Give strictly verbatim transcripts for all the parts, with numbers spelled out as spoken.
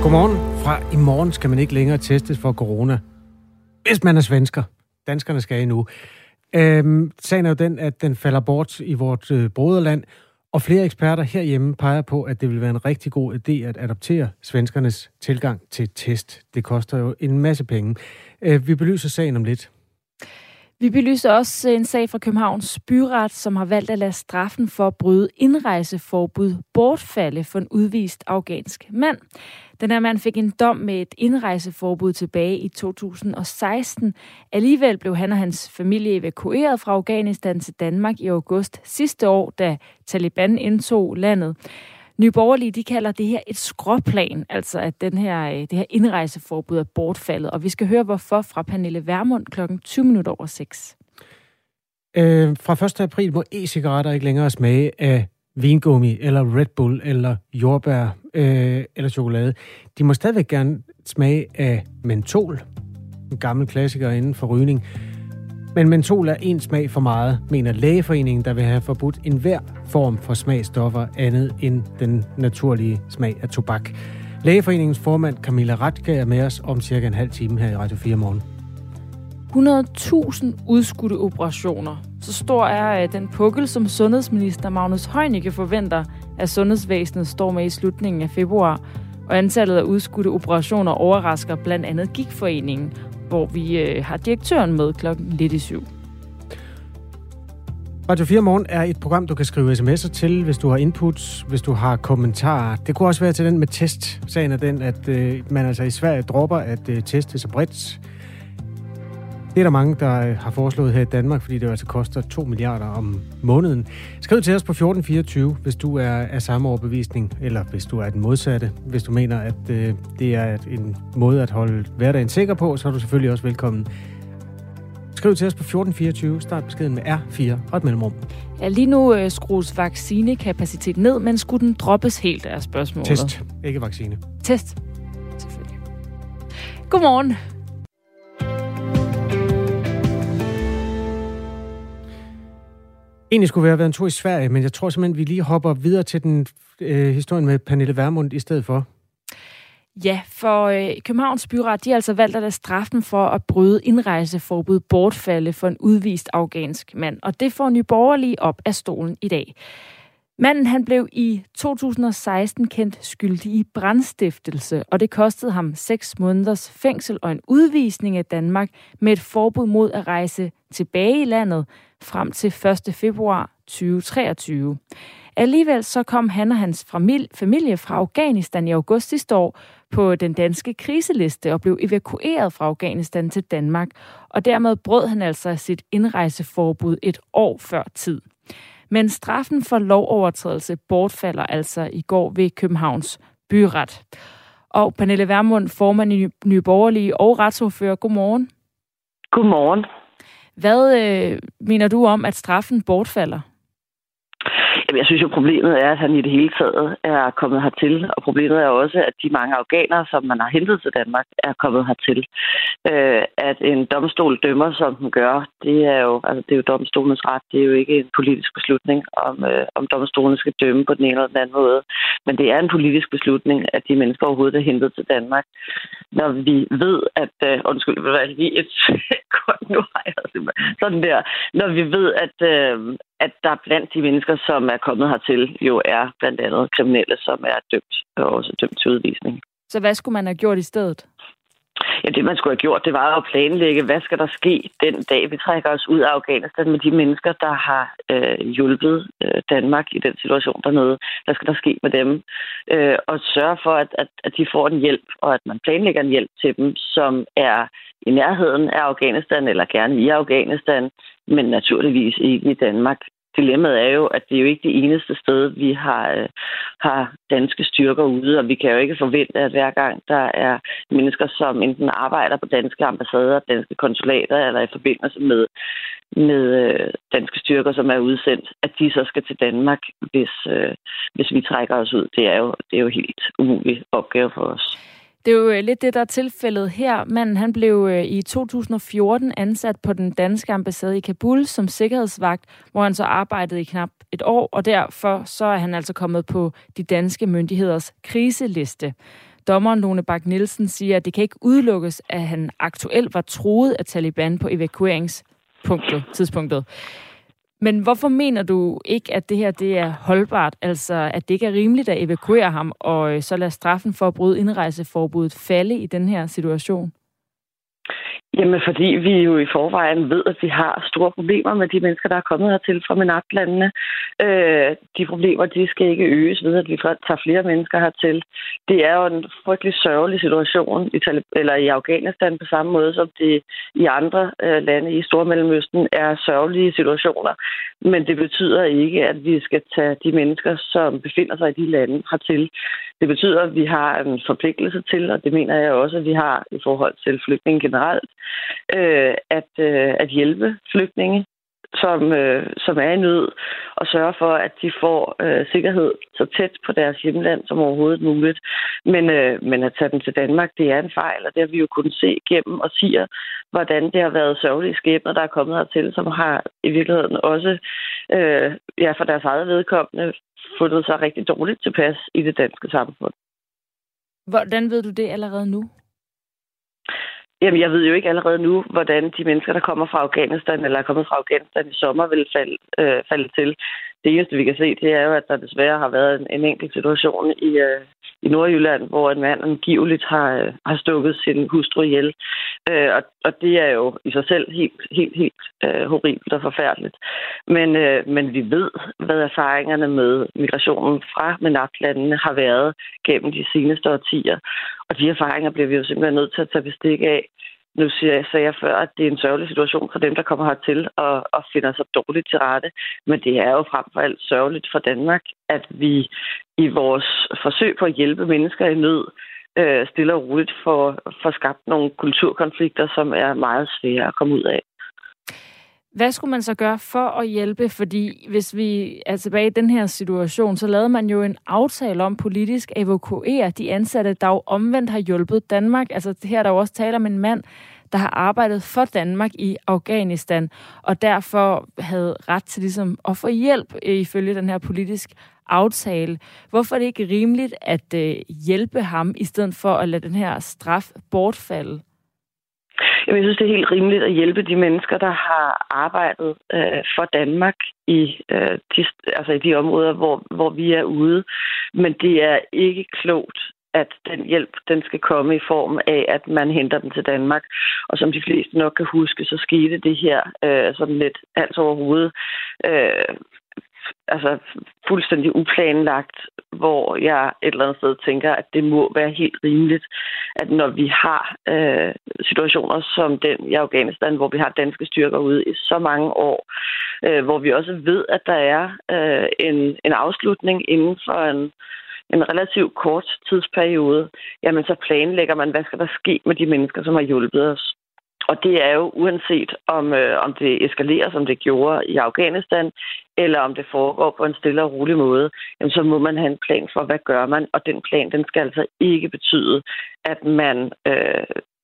Godmorgen. Fra i morgen skal man ikke længere testes for corona, hvis man er svensker. Danskerne skal endnu. Øhm, sagen er jo den, at den falder bort i vores øh, broderland, og flere eksperter herhjemme peger på, at det vil være en rigtig god idé at adoptere svenskernes tilgang til test. Det koster jo en masse penge. Øh, vi belyser sagen om lidt. Vi belyser også en sag fra Københavns Byret, som har valgt at lade straffen for at bryde indrejseforbud bortfalde for en udvist afghansk mand. Den her mand fik en dom med et indrejseforbud tilbage i to tusind og seksten. Alligevel blev han og hans familie evakueret fra Afghanistan til Danmark i august sidste år, da Taliban indtog landet. Nye Borgerlige, de kalder det her et skråplan, altså at den her, det her indrejseforbud er bortfaldet. Og vi skal høre hvorfor fra Pernille Vermund klokken tyve minutter over seks. Øh, fra første april må e-cigaretter ikke længere smage af vingummi, eller Red Bull, eller jordbær, øh, eller chokolade. De må stadigvæk gerne smage af mentol, en gammel klassiker inden for rygning. Men mentol er en smag for meget, mener Lægeforeningen, der vil have forbudt enhver form for smagstoffer andet end den naturlige smag af tobak. Lægeforeningens formand Camilla Rathke er med os om cirka en halv time her i Radio fire morgen. hundrede tusind udskudte operationer. Så stor er den pukkel, som sundhedsminister Magnus Heunicke forventer, at sundhedsvæsenet står med i slutningen af februar. Og antallet af udskudte operationer overrasker blandt andet Gigtforeningen, hvor vi øh, har direktøren med klokken lidt i syv. Radio fire Morgen er et program, du kan skrive sms'er til, hvis du har inputs, hvis du har kommentarer. Det kunne også være til den med test. Sagen er den, at øh, man altså i Sverige dropper at øh, teste så bredt. Det er der mange, der øh, har foreslået her i Danmark, fordi det jo altså koster to milliarder om måneden. Skriv til os på fjorten fireogtyve, hvis du er af samme overbevisning, eller hvis du er den modsatte. Hvis du mener, at øh, det er en måde at holde hverdagen sikker på, så er du selvfølgelig også velkommen. Skriv til os på fjorten fireogtyve, start beskeden med R fire og et mellemrum. Ja, lige nu øh, skrues vaccinekapacitet ned, men skulle den droppes helt af spørgsmålet? Test, ikke vaccine. Test, selvfølgelig. Godmorgen. Egentlig skulle vi have været en tur i Sverige, men jeg tror simpelthen, vi lige hopper videre til den øh, historien med Pernille Vermund i stedet for. Ja, for øh, Københavns Byret, de har altså valgt at lade straffen for at bryde indrejseforbud bortfalde for en udvist afghansk mand. Og det får Nye Borgerlige op af stolen i dag. Manden han blev i to tusind og seksten kendt skyldig i brandstiftelse, og det kostede ham seks måneders fængsel og en udvisning af Danmark med et forbud mod at rejse tilbage i landet frem til første februar tyve treogtyve. Alligevel så kom han og hans familie fra Afghanistan i august sidste år på den danske kriseliste og blev evakueret fra Afghanistan til Danmark, og dermed brød han altså sit indrejseforbud et år før tid. Men straffen for lovovertrædelse bortfalder altså i går ved Københavns Byret. Og Pernille Vermund, formand i Nye Borgerlige og retsordfører, godmorgen. Godmorgen. Hvad øh, mener du om, at straffen bortfalder? Jamen, jeg synes jo, problemet er, at han i det hele taget er kommet hertil. Og problemet er også, at de mange afghanere, som man har hentet til Danmark, er kommet hertil. Øh, at en domstol dømmer, som den gør, det er jo, altså, det er jo domstolens ret. Det er jo ikke en politisk beslutning, om, øh, om domstolen skal dømme på den ene eller den anden måde. Men det er en politisk beslutning, at de mennesker overhovedet er hentet til Danmark. Når vi ved, at... Øh, undskyld, det vil være lige et sekund, nu har jeg sådan der. Når vi ved, at... Øh, at der blandt de mennesker, som er kommet hertil, jo er blandt andet kriminelle, som er dømt, og også dømt til udvisning. Så hvad skulle man have gjort i stedet? Ja, det man skulle have gjort, det var at planlægge, hvad skal der ske den dag, vi trækker os ud af Afghanistan med de mennesker, der har øh, hjulpet øh, Danmark i den situation dernede. Hvad skal der ske med dem? Øh, og sørge for, at, at, at de får en hjælp, og at man planlægger en hjælp til dem, som er i nærheden af Afghanistan, eller gerne i Afghanistan, men naturligvis ikke i Danmark. Dilemmaet er jo, at det er jo ikke det eneste sted, vi har, øh, har danske styrker ude, og vi kan jo ikke forvente, at hver gang der er mennesker, som enten arbejder på danske ambassader, danske konsulater, eller i forbindelse med, med øh, danske styrker, som er udsendt, at de så skal til Danmark, hvis, øh, hvis vi trækker os ud. Det er jo, det er jo helt umulig opgave for os. Det er jo lidt det, der er tilfældet her. Manden han blev i to tusind og fjorten ansat på den danske ambassade i Kabul som sikkerhedsvagt, hvor han så arbejdede i knap et år, og derfor så er han altså kommet på de danske myndigheders kriseliste. dommeren Lone Bak Nielsen siger, at det kan ikke udelukkes, at han aktuelt var truet af Taliban på evakueringspunktet, tidspunktet. Men hvorfor mener du ikke, at det her det er holdbart? Altså, at det ikke er rimeligt at evakuere ham, og så lade straffen for at bryde indrejseforbuddet falde i den her situation? Jamen, fordi vi jo i forvejen ved, at vi har store problemer med de mennesker, der er kommet hertil fra MENAPT-landene. Øh, de problemer, de skal ikke øges ved, at vi tager flere mennesker hertil. Det er jo en frygtelig sørgelig situation i, Talib- eller i Afghanistan på samme måde, som det i andre øh, lande i Stormellemøsten er sørgelige situationer. Men det betyder ikke, at vi skal tage de mennesker, som befinder sig i de lande, hertil. Det betyder, at vi har en forpligtelse til, og det mener jeg også, at vi har i forhold til flygtninge generelt, øh, at, øh, at hjælpe flygtninge, som, øh, som er i nød, og sørge for, at de får øh, sikkerhed så tæt på deres hjemland som overhovedet muligt. Men, øh, men at tage dem til Danmark, det er en fejl, og det har vi jo kunnet se gennem og siger, hvordan det har været sørgelige skæbner, der er kommet hertil, som har i virkeligheden også øh, ja, for deres eget vedkommende fundet sig rigtig dårligt tilpas i det danske samfund. Hvordan ved du det allerede nu? Jamen, jeg ved jo ikke allerede nu, hvordan de mennesker, der kommer fra Afghanistan, eller er kommet fra Afghanistan i sommer, vil falde, øh, falde til. Det eneste, vi kan se, det er jo, at der desværre har været en, en enkelt situation i, øh, i Nordjylland, hvor en mand angiveligt har, øh, har stukket sin hustru ihjel. Øh, og, og det er jo i sig selv helt, helt, helt øh, horribelt og forfærdeligt. Men, øh, men vi ved, hvad erfaringerne med migrationen fra MENAPT-landene har været gennem de seneste årtier. Og de erfaringer bliver vi jo simpelthen nødt til at tage bestik af. Nu sagde jeg før, at det er en sørgelig situation for dem, der kommer hertil og, og finder sig dårligt til rette. Men det er jo frem for alt sørgeligt for Danmark, at vi i vores forsøg på at hjælpe mennesker i nød øh, stille og roligt får, får skabt nogle kulturkonflikter, som er meget svære at komme ud af. Hvad skulle man så gøre for at hjælpe? Fordi hvis vi er tilbage i den her situation, så lavede man jo en aftale om politisk at evakuere de ansatte, der jo omvendt har hjulpet Danmark. Altså her er der jo også tale om en mand, der har arbejdet for Danmark i Afghanistan, og derfor havde ret til ligesom at få hjælp ifølge den her politisk aftale. Hvorfor er det ikke rimeligt at øh, hjælpe ham, i stedet for at lade den her straf bortfalde? Jamen, jeg synes, det er helt rimeligt at hjælpe de mennesker, der har arbejdet øh, for Danmark i, øh, de, altså i de områder, hvor, hvor vi er ude. Men det er ikke klogt, at den hjælp, den skal komme i form af, at man henter dem til Danmark. Og som de fleste nok kan huske, så skete det her øh, sådan lidt hals over hovedet. Øh, altså fuldstændig uplanlagt, hvor jeg et eller andet sted tænker, at det må være helt rimeligt, at når vi har øh, situationer som den i Afghanistan, hvor vi har danske styrker ude i så mange år, øh, hvor vi også ved, at der er øh, en, en afslutning inden for en, en relativt kort tidsperiode, jamen så planlægger man, hvad skal der ske med de mennesker, som har hjulpet os. Og det er jo uanset, om, øh, om det eskalerer, som det gjorde i Afghanistan, eller om det foregår på en stille og rolig måde, jamen, så må man have en plan for, hvad gør man. Og den plan, den skal altså ikke betyde, at man øh,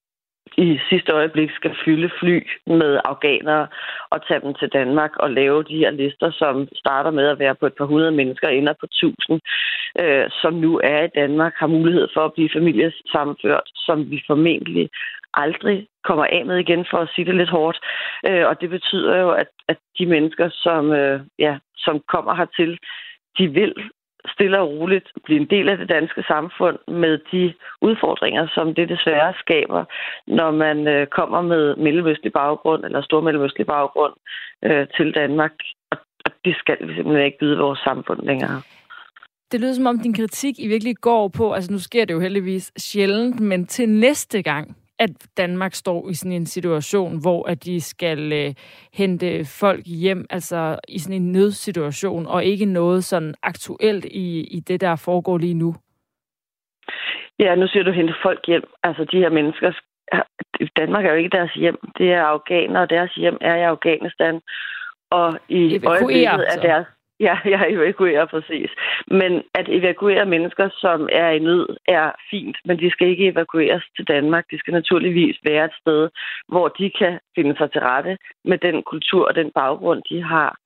i sidste øjeblik skal fylde fly med afghanere og tage dem til Danmark og lave de her lister, som starter med at være på et par hundrede mennesker, ender på tusind, øh, som nu er i Danmark, har mulighed for at blive familiesammenført, som vi formentlig aldrig kommer af med igen, for at sige det lidt hårdt. Øh, og det betyder jo, at, at de mennesker, som, øh, ja, som kommer hertil, de vil stille og roligt blive en del af det danske samfund med de udfordringer, som det desværre skaber, når man øh, kommer med mellemøstlig baggrund eller stormellemøstlig baggrund øh, til Danmark. Og, og det skal vi simpelthen ikke byde vores samfund længere. Det lyder som om din kritik i virkelig går på, altså nu sker det jo heldigvis sjældent, men til næste gang, at Danmark står i sådan en situation, hvor at de skal øh, hente folk hjem, altså i sådan en nødsituation, og ikke noget sådan aktuelt i, i det, der foregår lige nu? Ja, nu siger du hente folk hjem. Altså de her mennesker, Danmark er jo ikke deres hjem. Det er afghanere, og deres hjem er i Afghanistan. Og i Evakuere, øjeblikket er deres... Ja, jeg evakuerer præcis. Men at evakuere mennesker, som er i nød, er fint, men de skal ikke evakueres til Danmark. De skal naturligvis være et sted, hvor de kan finde sig til rette med den kultur og den baggrund, de har.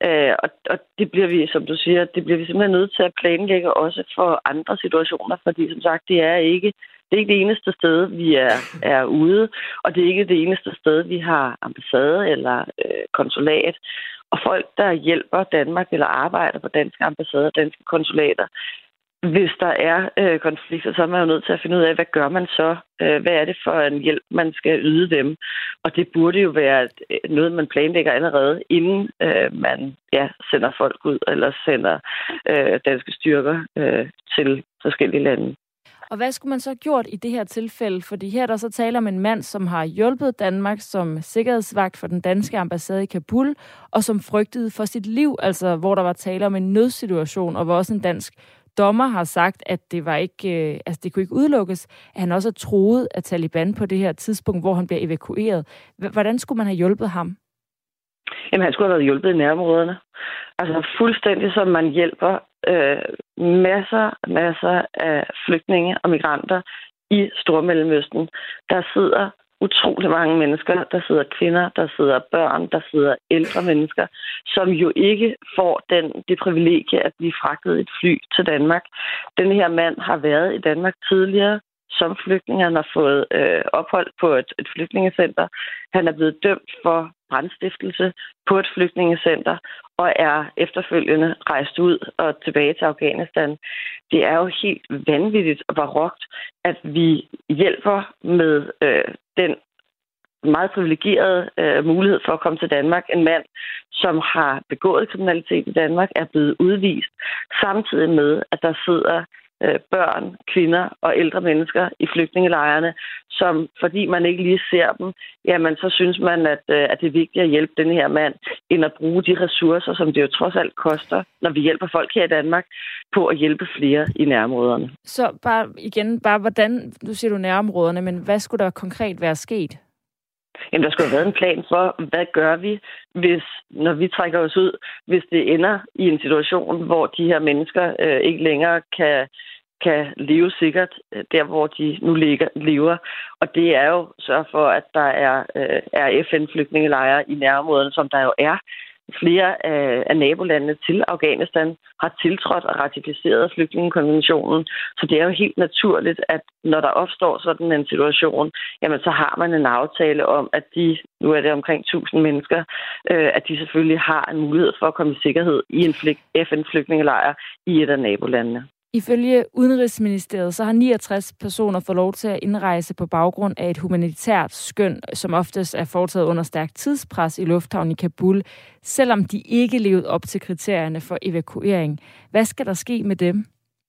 Øh, og, og det bliver vi, som du siger, det bliver vi simpelthen nødt til at planlægge også for andre situationer, fordi som sagt, det er ikke det er ikke det eneste sted, vi er, er ude, og det er ikke det eneste sted, vi har ambassade eller øh, konsulat. Og folk, der hjælper Danmark eller arbejder på danske ambassader og danske konsulater, hvis der er øh, konflikter, så er man jo nødt til at finde ud af, hvad gør man så? Øh, hvad er det for en hjælp, man skal yde dem? Og det burde jo være noget, man planlægger allerede, inden øh, man ja, sender folk ud eller sender øh, danske styrker øh, til forskellige lande. Og hvad skulle man så have gjort i det her tilfælde? Fordi her er der så taler om en mand, som har hjulpet Danmark som sikkerhedsvagt for den danske ambassade i Kabul, og som frygtede for sit liv, altså hvor der var tale om en nødsituation, og hvor også en dansk dommer har sagt, at det var ikke, øh, altså det kunne ikke udelukkes, at han også er truet af Taliban på det her tidspunkt, hvor han bliver evakueret. Hvordan skulle man have hjulpet ham? Jamen, han skulle have været hjulpet i nærområderne. Altså fuldstændig som man hjælper øh, masser, masser af flygtninge og migranter i Stormellemøsten. Der sidder utrolig mange mennesker. Der sidder kvinder, der sidder børn, der sidder ældre mennesker, som jo ikke får den, det privilegie at blive fragtet i et fly til Danmark. Den her mand har været i Danmark tidligere som flygtning. Han har fået øh, ophold på et, et flygtningecenter. Han er blevet dømt for brandstiftelse på et flygtningecenter og er efterfølgende rejst ud og tilbage til Afghanistan. Det er jo helt vanvittigt og barokt, at vi hjælper med øh, den meget privilegerede øh, mulighed for at komme til Danmark. En mand, som har begået kriminalitet i Danmark, er blevet udvist, samtidig med, at der sidder øh, børn, kvinder og ældre mennesker i flygtningelejrene, som, fordi man ikke lige ser dem, jamen så synes man, at, øh, at det er vigtigt at hjælpe den her mand, end at bruge de ressourcer, som det jo trods alt koster, når vi hjælper folk her i Danmark, på at hjælpe flere i nærområderne. Så bare igen, bare hvordan, nu siger du nærområderne, men hvad skulle der konkret være sket? Jamen, der skulle have været en plan for, hvad gør vi, hvis, når vi trækker os ud, hvis det ender i en situation, hvor de her mennesker øh, ikke længere kan, kan leve sikkert der, hvor de nu ligger, lever. Og det er jo sørge for, at der er, øh, er F N-flygtningelejre i nærområderne, som der jo er. Flere af, af nabolandene til Afghanistan har tiltrådt og ratificeret flygtningekonventionen, så det er jo helt naturligt, at når der opstår sådan en situation, jamen så har man en aftale om, at de, nu er det omkring tusind mennesker, øh, at de selvfølgelig har en mulighed for at komme i sikkerhed i en F N-flygtningelejr i et af nabolandene. Ifølge Udenrigsministeriet, så har niogtres personer fået lov til at indrejse på baggrund af et humanitært skøn, som oftest er foretaget under stærk tidspres i lufthavnen i Kabul, selvom de ikke levede op til kriterierne for evakuering. Hvad skal der ske med dem?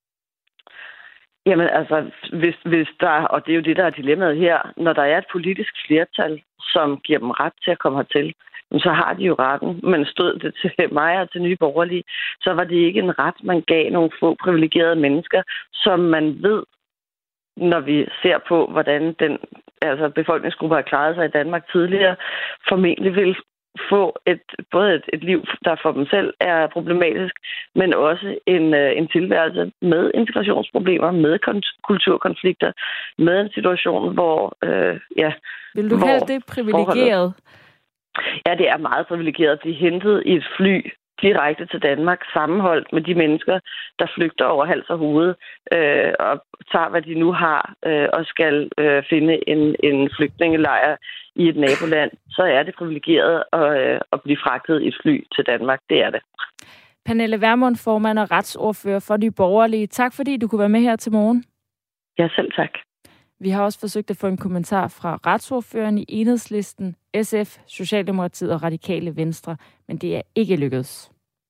Jamen altså, hvis, hvis der, og det er jo det, der er dilemmaet her, når der er et politisk flertal, som giver dem ret til at komme hertil, så har de jo retten. Men stod det til mig og til Nye Borgerlige, så var det ikke en ret, man gav nogle få privilegerede mennesker, som man ved, når vi ser på, hvordan den altså befolkningsgruppe har klaret sig i Danmark tidligere, formentlig vil få et, både et, et liv, der for dem selv er problematisk, men også en, en tilværelse med integrationsproblemer, med kulturkonflikter, med en situation, hvor... Øh, ja, vil du kalde det privilegeret? Ja, det er meget privilegeret. De er hentet i et fly direkte til Danmark, sammenholdt med de mennesker, der flygter over hals og hoved, øh, og tager, hvad de nu har, øh, og skal øh, finde en, en flygtningelejr i et naboland. Så er det privilegeret at, øh, at blive fragtet i et fly til Danmark. Det er det. Pernille Vermund, formand og retsordfører for Nye Borgerlige. Tak fordi du kunne være med her til morgen. Ja, selv tak. Vi har også forsøgt at få en kommentar fra retsordføreren i Enhedslisten, S F, Socialdemokratiet og Radikale Venstre, men det er ikke lykkedes.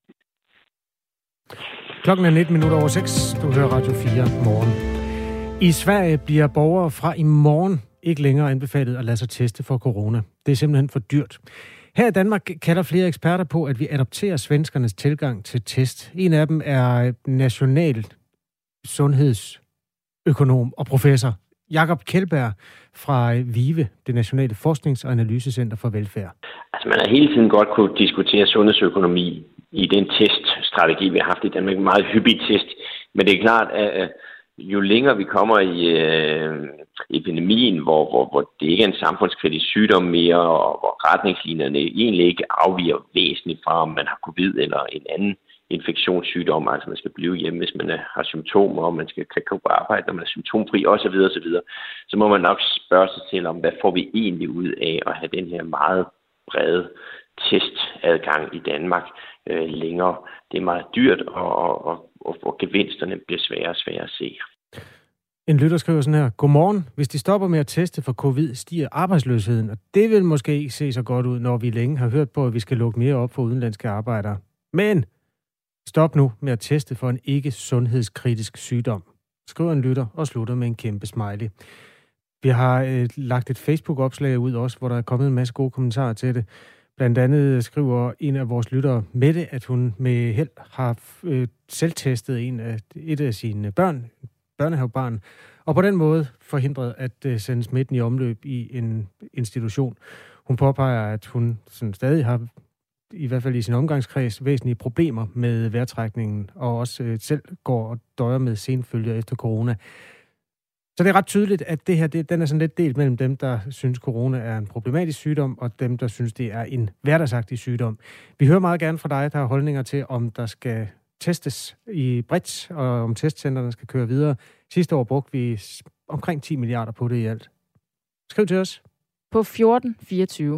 Klokken er nitten minutter over seks. Du hører Radio fire morgen. I Sverige bliver borgere fra i morgen ikke længere anbefalet at lade sig teste for corona. Det er simpelthen for dyrt. Her i Danmark kalder flere eksperter på, at vi adopterer svenskernes tilgang til test. En af dem er national sundhedsøkonom og professor Jakob Kjeldberg fra VIVE, det Nationale Forsknings- og Analysecenter for Velfærd. Altså man har hele tiden godt kunne diskutere sundhedsøkonomi i den teststrategi, vi har haft i Danmark. En meget hyppig test. Men det er klart, at jo længere vi kommer i øh, epidemien, hvor, hvor, hvor det ikke er en samfundskritisk sygdom mere, og hvor retningslinjerne egentlig ikke afviger væsentligt fra, om man har covid eller en anden infektionssygdom, altså man skal blive hjemme, hvis man har symptomer, og man skal kan gå på arbejde, når man er symptomfri, osv. osv. Så må man nok spørge sig til om, hvad får vi egentlig ud af at have den her meget brede testadgang i Danmark øh, længere. Det er meget dyrt, og, og, og, og gevinsterne bliver svære og svære at se. En lytter skriver sådan her: Godmorgen. Hvis de stopper med at teste for covid, stiger arbejdsløsheden, og det vil måske ikke se så godt ud, når vi længe har hørt på, at vi skal lukke mere op for udenlandske arbejdere. Men stop nu med at teste for en ikke sundhedskritisk sygdom, skriver en lytter og slutter med en kæmpe smiley. Vi har øh, lagt et Facebook-opslag ud også, hvor der er kommet en masse gode kommentarer til det. Blandt andet skriver en af vores lyttere, Mette, at hun med held har øh, selvtestet en af, et af sine børn, børnehavebarn, og på den måde forhindret at øh, sende smitten i omløb i en institution. Hun påpeger, at hun sådan stadig har, i hvert fald i sin omgangskreds, væsentlige problemer med vejrtrækningen, og også øh, selv går og døjer med senfølger efter corona. Så det er ret tydeligt, at det her, det, den er sådan lidt delt mellem dem, der synes, corona er en problematisk sygdom, og dem, der synes, det er en hverdagsagtig sygdom. Vi hører meget gerne fra dig, der har holdninger til, om der skal testes i bredt, og om testcentrene skal køre videre. Sidste år brugte vi omkring ti milliarder på det i alt. Skriv til os. På fjorten fireogtyve.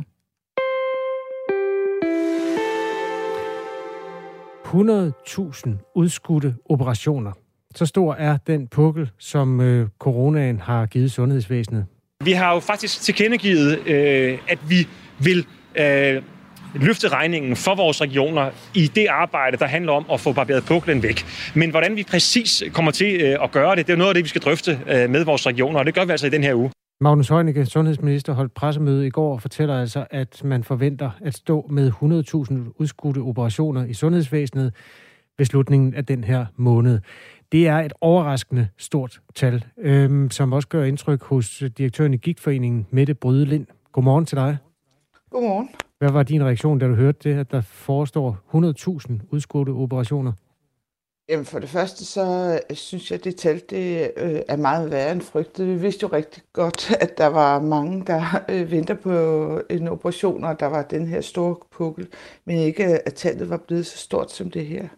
hundrede tusind udskudte operationer. Så stor er den pukkel, som øh, coronaen har givet sundhedsvæsenet. Vi har jo faktisk tilkendegivet, øh, at vi vil øh, løfte regningen for vores regioner i det arbejde, der handler om at få barberet puklen væk. Men hvordan vi præcis kommer til øh, at gøre det, det er noget af det, vi skal drøfte øh, med vores regioner, og det gør vi altså i den her uge. Magnus Heunicke, sundhedsminister, holdt pressemøde i går og fortæller altså, at man forventer at stå med hundrede tusind udskudte operationer i sundhedsvæsenet ved slutningen af den her måned. Det er et overraskende stort tal, øhm, som også gør indtryk hos direktøren i Gigtforeningen, Mette Bryde Lind. Godmorgen til dig. Godmorgen. Hvad var din reaktion, da du hørte det, at der forestår hundrede tusind udskudte operationer? Jamen for det første, så synes jeg, at det tal det, øh, er meget værre end frygtet. Vi vidste jo rigtig godt, at der var mange, der øh, venter på en operation, og der var den her store pukkel, men ikke at tallet var blevet så stort som det her.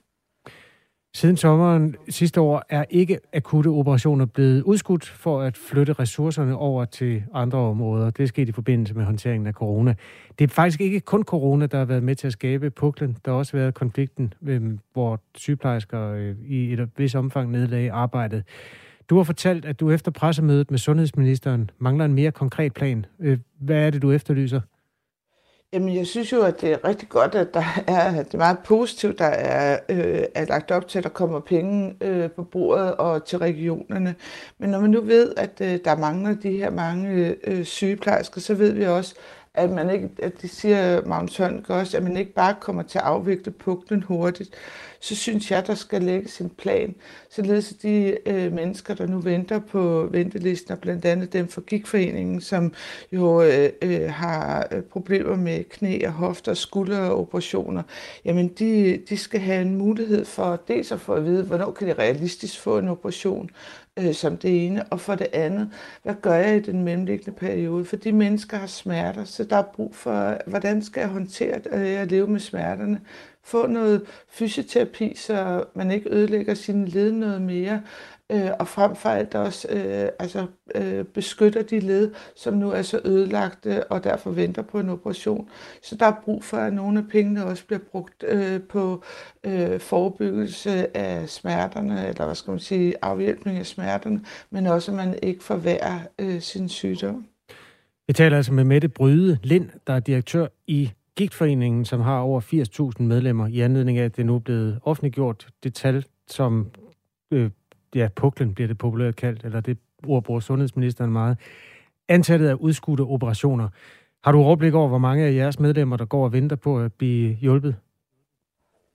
Siden sommeren sidste år er ikke akutte operationer blevet udskudt for at flytte ressourcerne over til andre områder. Det er sket i forbindelse med håndteringen af corona. Det er faktisk ikke kun corona, der har været med til at skabe puklen. Der har også været konflikten, hvor sygeplejersker i et vis omfang nedlagde arbejdet. Du har fortalt, at du efter pressemødet med sundhedsministeren mangler en mere konkret plan. Hvad er det, du efterlyser? Jamen, jeg synes jo, at det er rigtig godt, at der er, det er meget positivt, der er, øh, er lagt op til, at der kommer penge øh, på bordet og til regionerne. Men når man nu ved, at øh, der mangler de her mange øh, sygeplejersker, så ved vi også, at man ikke, at det siger Magnus Heunicke også, at man ikke bare kommer til at afvikle puklen hurtigt. Så synes jeg, der skal lægges en plan, således at de øh, mennesker, der nu venter på ventelisten, og blandt andet dem fra Gigtforeningen, som jo øh, øh, har problemer med knæ og hofter, skulderoperationer, jamen de, de skal have en mulighed for dels at få at vide, hvornår kan de realistisk få en operation, øh, som det ene, og for det andet, hvad gør jeg i den mellemliggende periode? For de mennesker har smerter, så der er brug for, hvordan skal jeg håndtere øh, at leve med smerterne? Få noget fysioterapi, så man ikke ødelægger sine led noget mere, øh, og frem for alt også øh, altså, øh, beskytter de led, som nu er så ødelagte og derfor venter på en operation. Så der er brug for, at nogle af pengene også bliver brugt øh, på øh, forebyggelse af smerterne, eller hvad skal man sige, afhjælpning af smerterne, men også, at man ikke forværrer øh, sin sygdom. Vi taler altså med Mette Bryde Lind, der er direktør i Gigtforeningen, som har over firs tusind medlemmer, i anledning af, at det nu er blevet offentliggjort. Det tal, som øh, ja, puklen bliver det populært kaldt, eller det ord bruger sundhedsministeren meget. Antallet af udskudte operationer. Har du overblik over, hvor mange af jeres medlemmer, der går og venter på at blive hjulpet?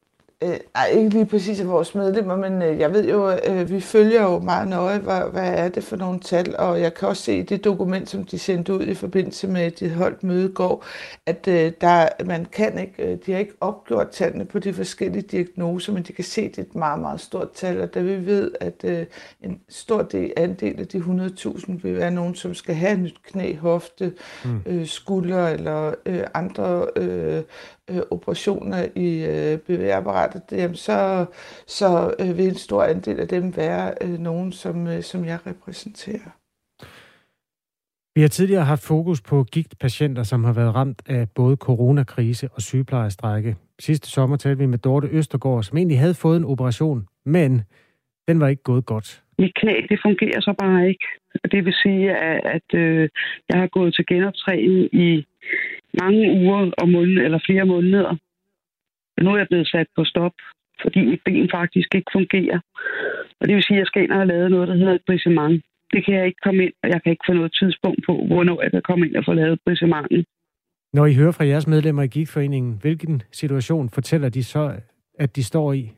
Øh, nej, ikke lige præcis af vores medlemmer, men øh, jeg ved jo, øh, vi følger jo meget nøje, hvad, hvad er det for nogle tal, og jeg kan også se i det dokument, som de sendte ud i forbindelse med, at de holdt møde i går, at øh, der, man kan ikke, øh, de har ikke opgjort tallene på de forskellige diagnoser, men de kan se, at det er et meget, meget stort tal, og da vi ved, at øh, en stor del, andel af de hundrede tusind vil være nogen, som skal have nyt knæ, hofte, mm. øh, skulder eller øh, andre øh, øh, operationer i øh, bevægeapparatet, jamen så, så øh, vil en stor andel af dem være øh, nogen, som, øh, som jeg repræsenterer. Vi har tidligere haft fokus på gigtpatienter, som har været ramt af både coronakrise og sygeplejerstrække. Sidste sommer talte vi med Dorte Østergaard, som egentlig havde fået en operation, men den var ikke gået godt. Mit knæ, det fungerer så bare ikke. Det vil sige, at, at øh, jeg har gået til genoptræning i mange uger og måneder, eller flere måneder. Nu er jeg blevet sat på stop, fordi mit ben faktisk ikke fungerer. Og det vil sige, at jeg skal ind og have lavet noget, der hedder et brisement. Det kan jeg ikke komme ind, og jeg kan ikke få noget tidspunkt på, hvornår jeg kan komme ind og få lavet brisementet. Når I hører fra jeres medlemmer i Gigtforeningen, hvilken situation fortæller de så, at de står i?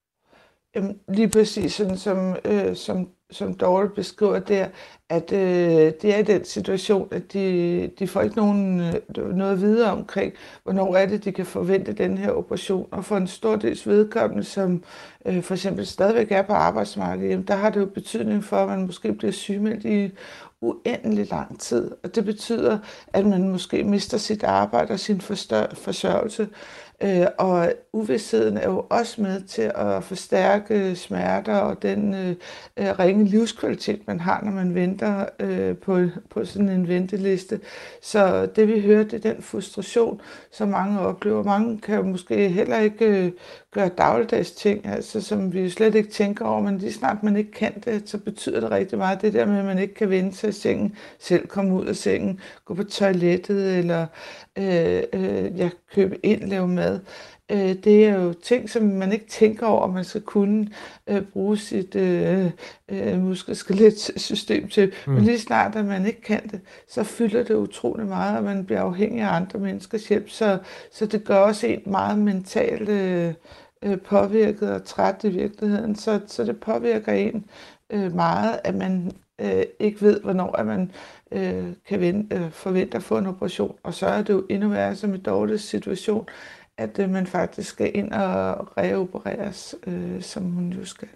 Jamen, lige præcis sådan, som, øh, som, som Dorte beskriver der, at øh, det er i den situation, at de, de får ikke nogen, øh, noget videre omkring, hvornår er det, de kan forvente den her operation. Og for en stor dels vedkommende, som øh, for eksempel stadigvæk er på arbejdsmarkedet, jamen, der har det jo betydning for, at man måske bliver sygemeldt i uendelig lang tid. Og det betyder, at man måske mister sit arbejde og sin forsørgelse. Øh, og uvidstheden er jo også med til at forstærke smerter og den øh, ringe livskvalitet, man har, når man venter øh, på, på sådan en venteliste. Så det vi hører, det er den frustration, som mange oplever. Mange kan måske heller ikke øh, gøre dagligdags ting, altså, som vi slet ikke tænker over, men lige snart man ikke kan det, så betyder det rigtig meget. Det der med, at man ikke kan vende sig i sengen, selv komme ud af sengen, gå på toilettet, eller øh, øh, ja, købe ind, lave mad. Øh, det er jo ting, som man ikke tænker over, at man skal kunne øh, bruge sit øh, øh, muskel-skelet-system til. Mm. Men lige snart, at man ikke kan det, så fylder det utrolig meget, og man bliver afhængig af andre menneskers hjælp. Så, så det gør også en meget mentalt øh, påvirket og træt i virkeligheden. Så, så det påvirker en øh, meget, at man øh, ikke ved, hvornår at man øh, kan vente, øh, forvente at få en operation. Og så er det jo endnu værre som i Dortes situation, at øh, man faktisk skal ind og reopereres, øh, som hun jo skal.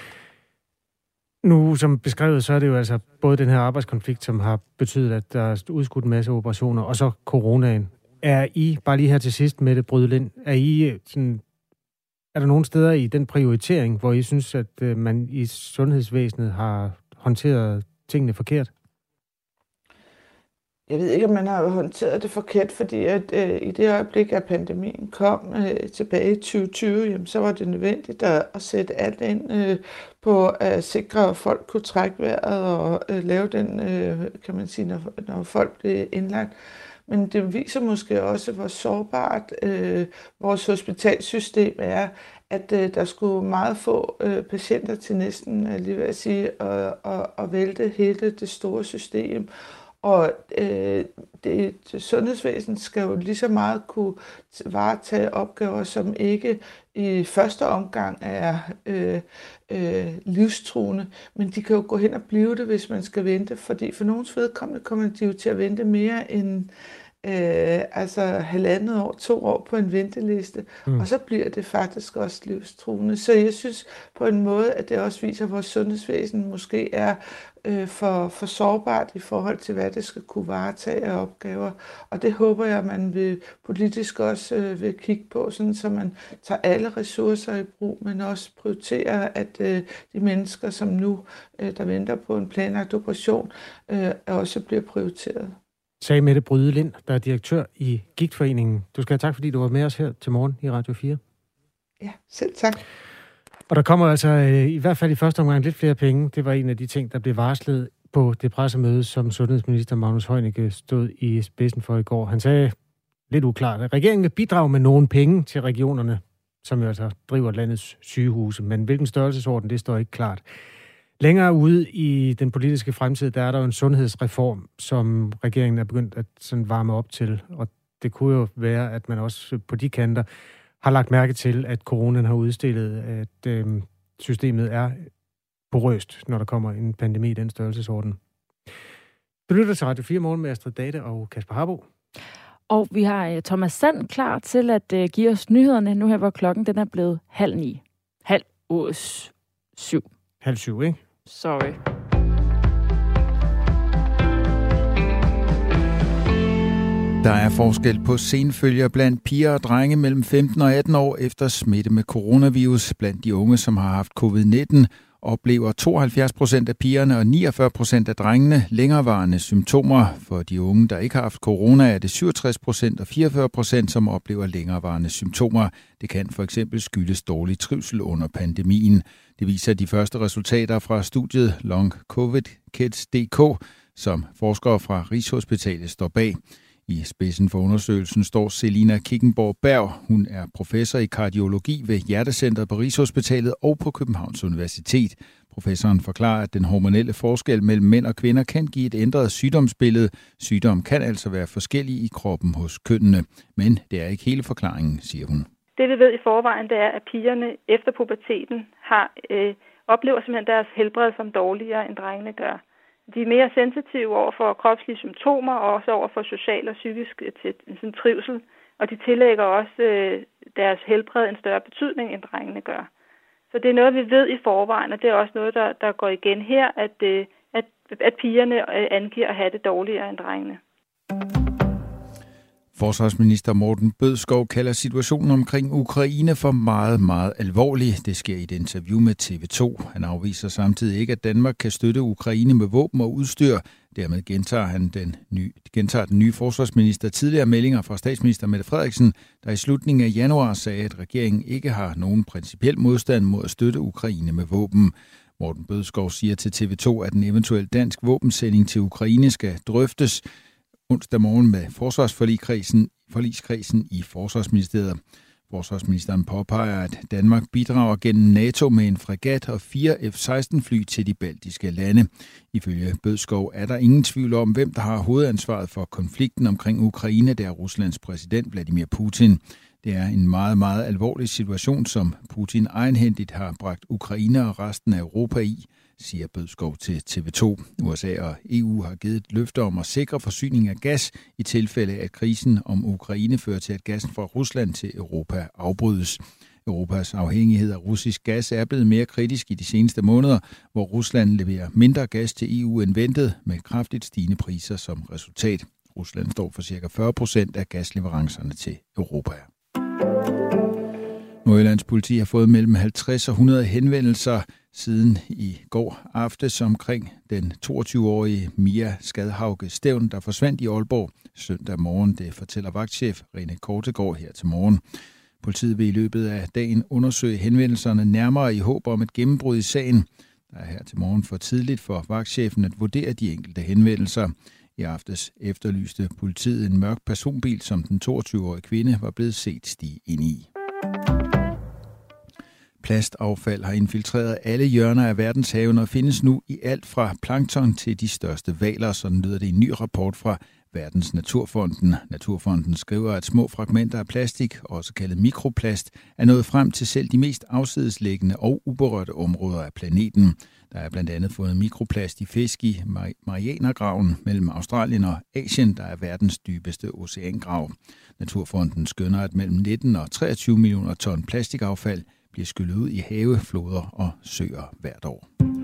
Nu, som beskrevet, så er det jo altså både den her arbejdskonflikt, som har betydet, at der er udskudt en masse operationer, og så coronaen. Er I, bare lige her til sidst, Mette Brydelin, er I sådan, er der nogle steder i den prioritering, hvor I synes, at øh, man i sundhedsvæsenet har håndteret tingene forkert? Jeg ved ikke, om man har håndteret det forkert, fordi at, øh, i det øjeblik, at pandemien kom øh, tilbage i tyve tyve, jamen, så var det nødvendigt at, at sætte alt ind øh, på at sikre, at folk kunne trække vejret og øh, lave den, øh, kan man sige, når, når folk blev indlagt. Men det viser måske også, hvor sårbart øh, vores hospitalsystem er, at øh, der skulle meget få øh, patienter til næsten, lige ved at sige, at, at, at vælte hele det store system. Og øh, det, det sundhedsvæsen skal jo lige så meget kunne varetage opgaver, som ikke i første omgang er øh, øh, livstruende, men de kan jo gå hen og blive det, hvis man skal vente, fordi for nogens vedkommende kommer de jo til at vente mere end øh, altså halvandet år, to år på en venteliste, mm. og så bliver det faktisk også livstruende. Så jeg synes på en måde, at det også viser, at vores sundhedsvæsen måske er øh, for, for sårbart i forhold til, hvad det skal kunne varetage af opgaver. Og det håber jeg, at man vil politisk også øh, vil kigge på, sådan, så man tager alle ressourcer i brug, men også prioriterer, at øh, de mennesker, som nu øh, der venter på en planlagt operation, øh, også bliver prioriteret. Sagde Mette Brydelin, der er direktør i Gigtforeningen. Du skal have tak, fordi du var med os her til morgen i Radio fire. Ja, selv tak. Og der kommer altså øh, i hvert fald i første omgang lidt flere penge. Det var en af de ting, der blev varslet på det pressemøde, som sundhedsminister Magnus Heunicke stod i spidsen for i går. Han sagde lidt uklart, at regeringen vil bidrage med nogle penge til regionerne, som jo altså driver landets sygehuse. Men hvilken størrelsesorden, det står ikke klart. Længere ude i den politiske fremtid, der er der jo en sundhedsreform, som regeringen er begyndt at sådan varme op til. Og det kunne jo være, at man også på de kanter har lagt mærke til, at coronaen har udstillet, at øh, systemet er porøst, når der kommer en pandemi i den størrelsesorden. Du lytter til Radio fire Morgen med Astrid Date og Kasper Harbo. Og vi har Thomas Sand klar til at uh, give os nyhederne nu her, hvor klokken den er blevet halv ni. Halv års syv. Halv syv, ikke? Sorry. Der er forskel på senfølger blandt piger og drenge mellem femten og atten år efter smitte med coronavirus. Blandt de unge, som har haft covid nitten, oplever tooghalvfjerds procent af pigerne og niogfyrre procent af drengene længerevarende symptomer. For de unge, der ikke har haft corona, er det syvogtres procent og fireogfyrre procent, som oplever længerevarende symptomer. Det kan for eksempel skyldes dårlig trivsel under pandemien. Det viser de første resultater fra studiet Long Covid Kids punktum d k, som forskere fra Rigshospitalet står bag. I spidsen for undersøgelsen står Selina Kickenborg Berg. Hun er professor i kardiologi ved Hjertecentret på Rigshospitalet og på Københavns Universitet. Professoren forklarer, at den hormonelle forskel mellem mænd og kvinder kan give et ændret sygdomsbillede. Sygdom kan altså være forskellig i kroppen hos kønnene, men det er ikke hele forklaringen, siger hun. Det vi ved i forvejen, det er, at pigerne efter puberteten har, øh, oplever simpelthen deres helbred som dårligere, end drengene gør. De er mere sensitive over for kropslige symptomer og også over for social og psykisk til trivsel. Og de tillægger også øh, deres helbred en større betydning, end drengene gør. Så det er noget, vi ved i forvejen, og det er også noget, der, der går igen her, at, øh, at, at pigerne angiver at have det dårligere end drengene. Forsvarsminister Morten Bødskov kalder situationen omkring Ukraine for meget, meget alvorlig. Det sker i et interview med T V to. Han afviser samtidig ikke, at Danmark kan støtte Ukraine med våben og udstyr. Dermed gentager han den nye, gentager den nye forsvarsminister tidligere meldinger fra statsminister Mette Frederiksen, der i slutningen af januar sagde, at regeringen ikke har nogen principiel modstand mod at støtte Ukraine med våben. Morten Bødskov siger til T V to, at en eventuel dansk våbensending til Ukraine skal drøftes onsdag morgen med forsvarsforligskredsen forligskredsen i Forsvarsministeriet. Forsvarsministeren påpeger, at Danmark bidrager gennem NATO med en fregat og fire F seksten fly til de baltiske lande. Ifølge Bødskov er der ingen tvivl om, hvem der har hovedansvaret for konflikten omkring Ukraine, der er Ruslands præsident Vladimir Putin. Det er en meget, meget alvorlig situation, som Putin egenhændigt har bragt Ukraine og resten af Europa i, siger Bødskov til T V to. U S A og E U har givet et løfte om at sikre forsyning af gas i tilfælde af, at krisen om Ukraine fører til, at gassen fra Rusland til Europa afbrydes. Europas afhængighed af russisk gas er blevet mere kritisk i de seneste måneder, hvor Rusland leverer mindre gas til E U end ventet, med kraftigt stigende priser som resultat. Rusland står for ca. fyrre procent af gasleverancerne til Europa. Nordjyllands politi har fået mellem halvtreds og hundrede henvendelser siden i går aftes omkring den toogtyve-årige Mia Skadhauge Stævn, der forsvandt i Aalborg søndag morgen. Det fortæller vagtchef Rene Kortegaard her til morgen. Politiet vil i løbet af dagen undersøge henvendelserne nærmere i håb om et gennembrud i sagen. Der er her til morgen for tidligt for vagtchefen at vurdere de enkelte henvendelser. I aftes efterlyste politiet en mørk personbil, som den toogtyve-årige kvinde var blevet set stige ind i. Plastaffald har infiltreret alle hjørner af verdenshaven og findes nu i alt fra plankton til de største hvaler, sådan lyder det i en ny rapport fra Verdens Naturfonden. Naturfonden skriver, at små fragmenter af plastik, også kaldet mikroplast, er nået frem til selv de mest afsidesliggende og uberørte områder af planeten. Der er blandt andet fundet mikroplast i fisk i Marianergraven mellem Australien og Asien, der er verdens dybeste oceangrav. Naturfonden skønner, at mellem nitten og treogtyve millioner ton plastikaffald bliver skyllet ud i have, floder og søer hvert år.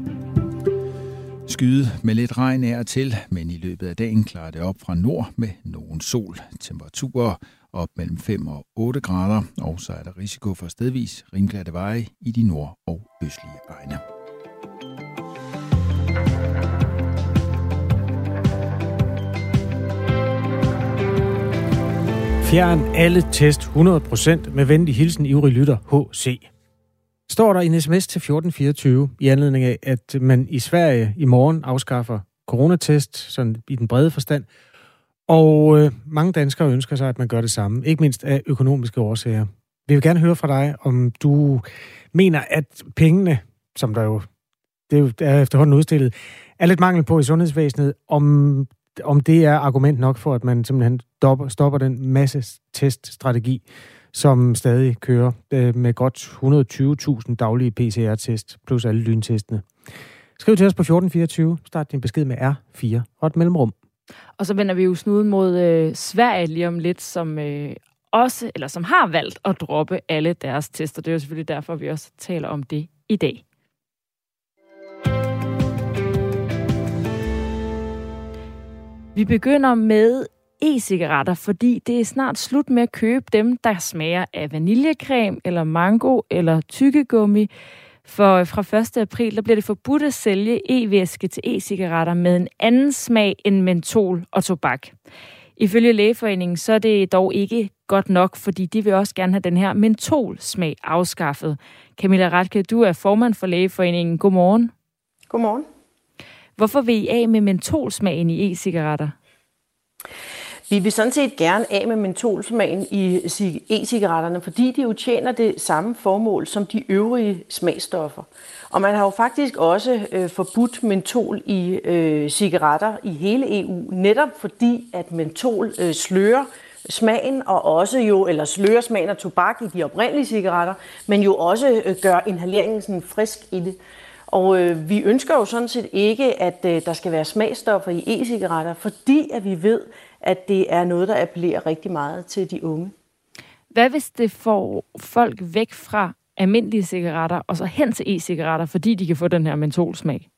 Skyde med lidt regn er til, men i løbet af dagen klarer det op fra nord med nogen sol. Temperaturer op mellem fem og otte grader, og så er der risiko for stedvis rimglatte veje i de nord- og østlige egne. Fjern alle test hundrede procent med venlig hilsen ivrig lytter H C. Står der i en sms til fjorten fireogtyve i anledning af, at man i Sverige i morgen afskaffer coronatest, sådan i den brede forstand. Og øh, mange danskere ønsker sig, at man gør det samme, ikke mindst af økonomiske årsager. Vi vil gerne høre fra dig, om du mener, at pengene, som der jo, det er efterhånden udstillet, er lidt mangel på i sundhedsvæsenet, om, om det er argument nok for, at man simpelthen stopper, stopper den masse teststrategi, som stadig kører øh, med godt et hundrede og tyve tusind daglige P C R-test, plus alle lyntestene. Skriv til os på fjorten fireogtyve, start din besked med R fire og et mellemrum. Og så vender vi jo snuden mod øh, Sverige lige om lidt, som øh, også, eller som har valgt at droppe alle deres tester. Det er jo selvfølgelig derfor, vi også taler om det i dag. Vi begynder med e-cigaretter, fordi det er snart slut med at købe dem, der smager af vaniljecreme, eller mango, eller tyggegummi. For fra første april, der bliver det forbudt at sælge e-væske til e-cigaretter med en anden smag end mentol og tobak. Ifølge Lægeforeningen, så er det dog ikke godt nok, fordi de vil også gerne have den her mentolsmag afskaffet. Camilla Rathke, du er formand for Lægeforeningen. Godmorgen. Godmorgen. Hvorfor vil I af med mentolsmagen i e-cigaretter? Vi vil sådan set gerne af med mentolsmagen i e-cigaretterne, fordi de jo tjener det samme formål som de øvrige smagstoffer. Og man har jo faktisk også øh, forbudt mentol i øh, cigaretter i hele E U, netop fordi at mentol øh, slører smagen og også jo, eller slører smagen af tobak i de oprindelige cigaretter, men jo også øh, gør inhaleringen sådan frisk i det. Og øh, vi ønsker jo sådan set ikke, at øh, der skal være smagstoffer i e-cigaretter, fordi at vi ved, at det er noget, der appellerer rigtig meget til de unge. Hvad hvis det får folk væk fra almindelige cigaretter og så hen til e-cigaretter, fordi de kan få den her mentolsmag?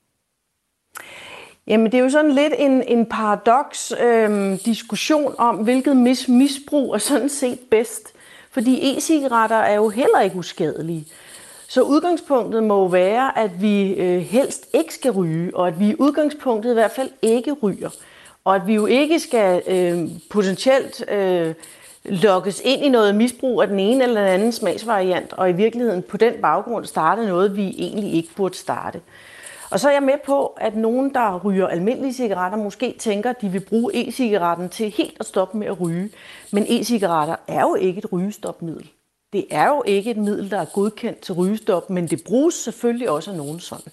Jamen, det er jo sådan lidt en, en paradoks øh, diskussion om, hvilket mis- misbrug er sådan set bedst. Fordi e-cigaretter er jo heller ikke uskadelige. Så udgangspunktet må være, at vi øh, helst ikke skal ryge, og at vi i udgangspunktet i hvert fald ikke ryger. Og at vi jo ikke skal øh, potentielt øh, lokkes ind i noget misbrug af den ene eller den anden smagsvariant, og i virkeligheden på den baggrund starte noget, vi egentlig ikke burde starte. Og så er jeg med på, at nogen, der ryger almindelige cigaretter, måske tænker, at de vil bruge e-cigaretten til helt at stoppe med at ryge. Men e-cigaretter er jo ikke et rygestopmiddel. Det er jo ikke et middel, der er godkendt til rygestop, men det bruges selvfølgelig også af nogen sådan.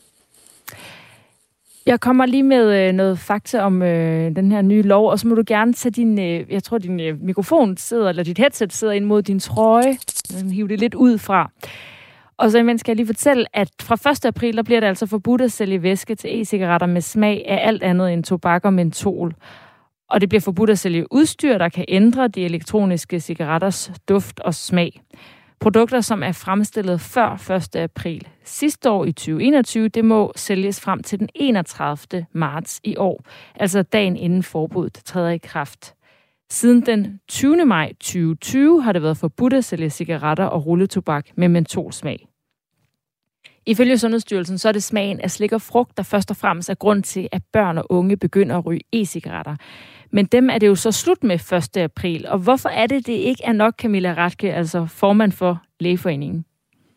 Jeg kommer lige med øh, noget fakta om øh, den her nye lov, og så må du gerne tage din, øh, jeg tror din øh, mikrofon sidder, eller dit headset sidder ind mod din trøje. Hiv det lidt ud fra. Og så imens skal jeg lige fortælle, at fra første april, der bliver det altså forbudt at sælge væske til e-cigaretter med smag af alt andet end tobak og mentol. Og det bliver forbudt at sælge udstyr, der kan ændre de elektroniske cigaretters duft og smag. Produkter, som er fremstillet før første april sidste år i tyve enogtyve, det må sælges frem til den enogtredivte marts i år, altså dagen inden forbuddet træder i kraft. Siden den tyvende maj tyve tyve har det været forbudt at sælge cigaretter og rulletobak med mentolsmag. Ifølge Sundhedsstyrelsen så er det smagen af slik og frugt, der først og fremmest er grund til, at børn og unge begynder at ryge e-cigaretter. Men dem er det jo så slut med første april. Og hvorfor er det, det ikke er nok, Camilla Rathke, altså formand for Lægeforeningen?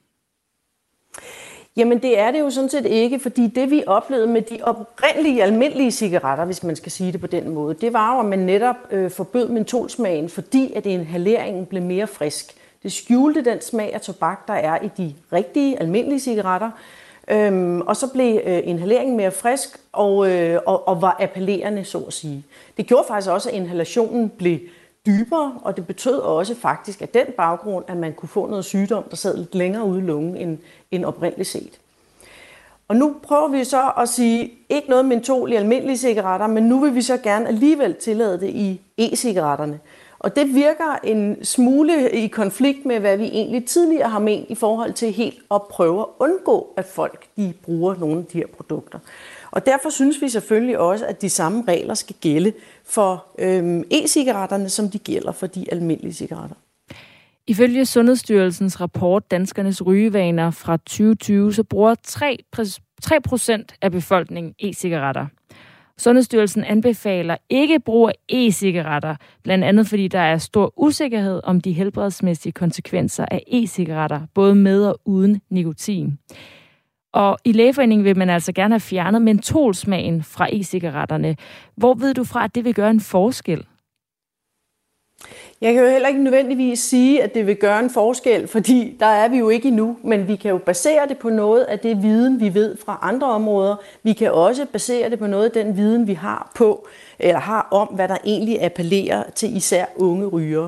Jamen det er det jo sådan set ikke, fordi det vi oplevede med de oprindelige almindelige cigaretter, hvis man skal sige det på den måde, det var jo, at man netop øh, forbød mentolsmagen, fordi at inhaleringen blev mere frisk. Det skjulte den smag af tobak, der er i de rigtige almindelige cigaretter, øhm, og så blev øh, inhaleringen mere frisk og, øh, og, og var appellerende, så at sige. Det gjorde faktisk også, at inhalationen blev dybere, og det betød også faktisk af den baggrund, at man kunne få noget sygdom, der sad lidt længere ude i lungen end, end oprindeligt set. Og nu prøver vi så at sige, ikke noget mentol i almindelige cigaretter, men nu vil vi så gerne alligevel tillade det i e-cigaretterne. Og det virker en smule i konflikt med, hvad vi egentlig tidligere har ment i forhold til helt at prøve at undgå, at folk de bruger nogle af de her produkter. Og derfor synes vi selvfølgelig også, at de samme regler skal gælde for øhm, e-cigaretterne, som de gælder for de almindelige cigaretter. Ifølge Sundhedsstyrelsens rapport Danskernes rygevaner fra tyve tyve, så bruger tre procent af befolkningen e-cigaretter. Sundhedsstyrelsen anbefaler ikke brug af e-cigaretter, blandt andet fordi der er stor usikkerhed om de helbredsmæssige konsekvenser af e-cigaretter, både med og uden nikotin. Og i Lægeforeningen vil man altså gerne have fjernet mentolsmagen fra e-cigaretterne. Hvor ved du fra, at det vil gøre en forskel? Jeg kan jo heller ikke nødvendigvis sige, at det vil gøre en forskel, fordi der er vi jo ikke endnu, men vi kan jo basere det på noget af det viden, vi ved fra andre områder. Vi kan også basere det på noget af den viden, vi har på, eller har om, hvad der egentlig appellerer til især unge rygere.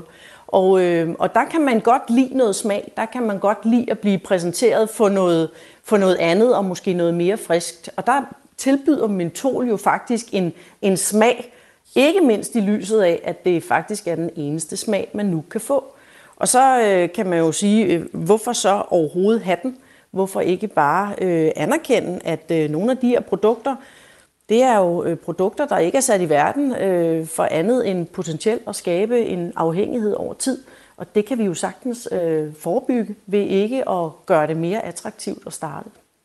Og, øh, og der kan man godt lide noget smag, der kan man godt lide at blive præsenteret for noget, for noget andet og måske noget mere friskt. Og der tilbyder mentol jo faktisk en, en smag, ikke mindst i lyset af, at det faktisk er den eneste smag, man nu kan få. Og så øh, kan man jo sige, øh, hvorfor så overhovedet have den? Hvorfor ikke bare øh, anerkende, at øh, nogle af de her produkter, det er jo øh, produkter, der ikke er sat i verden øh, for andet end potentielt at skabe en afhængighed over tid. Og det kan vi jo sagtens øh, forebygge ved ikke at gøre det mere attraktivt at starte.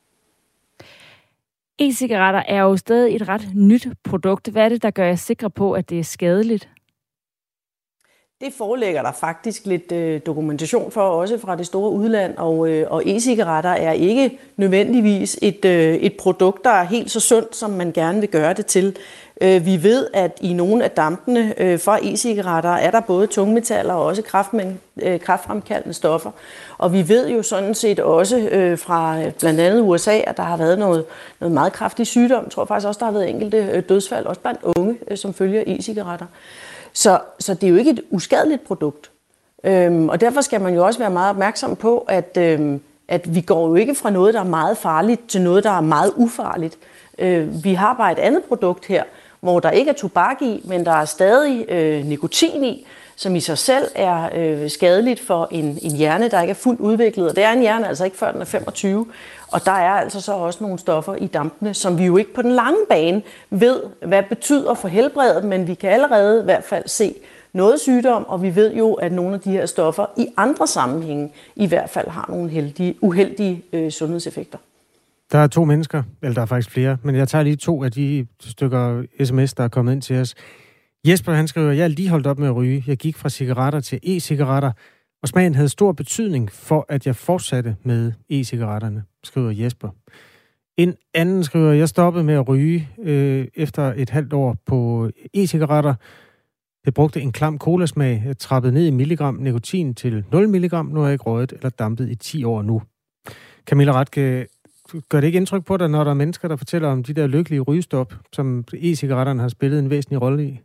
E-cigaretter er jo stadig et ret nyt produkt. Hvad er det, der gør jer sikre på, at det er skadeligt? Det forelægger der faktisk lidt øh, dokumentation for, også fra det store udland, og, øh, og e-cigaretter er ikke nødvendigvis et, øh, et produkt, der er helt så sundt, som man gerne vil gøre det til. Øh, vi ved, at i nogle af dampene øh, fra e-cigaretter er der både tungmetaller og også øh, kræftfremkaldende stoffer. Og vi ved jo sådan set også øh, fra blandt andet U S A, at der har været noget, noget meget kraftig sygdom. Jeg tror faktisk også, der har været enkelte øh, dødsfald, også blandt unge, øh, som følger e-cigaretter. Så, så det er jo ikke et uskadeligt produkt. Øhm, og derfor skal man jo også være meget opmærksom på, at, øhm, at vi går jo ikke fra noget, der er meget farligt, til noget, der er meget ufarligt. Øh, vi har bare et andet produkt her, hvor der ikke er tobak i, men der er stadig øh, nikotin i, som i sig selv er øh, skadeligt for en, en hjerne, der ikke er fuldt udviklet. Og det er en hjerne altså ikke før den er femogtyve. Og der er altså så også nogle stoffer i dampene, som vi jo ikke på den lange bane ved, hvad det betyder for helbredet, men vi kan allerede i hvert fald se noget sygdom, og vi ved jo, at nogle af de her stoffer i andre sammenhænge i hvert fald har nogle heldige, uheldige øh, sundhedseffekter. Der er to mennesker, eller der er faktisk flere, men jeg tager lige to af de stykker sms, der er kommet ind til os. Jesper, han skriver, jeg er lige holdt op med at ryge. Jeg gik fra cigaretter til e-cigaretter, og smagen havde stor betydning for, at jeg fortsatte med e-cigaretterne, skriver Jesper. En anden skriver, jeg stoppede med at ryge øh, efter et halvt år på e-cigaretter. Jeg brugte en klam colasmag. Jeg trappede ned i milligram nikotin til nul milligram. Nu har jeg ikke røget eller dampet i ti år nu. Camilla Rathke, gør det ikke indtryk på dig, når der er mennesker, der fortæller om de der lykkelige rygestop, som e-cigaretterne har spillet en væsentlig rolle i?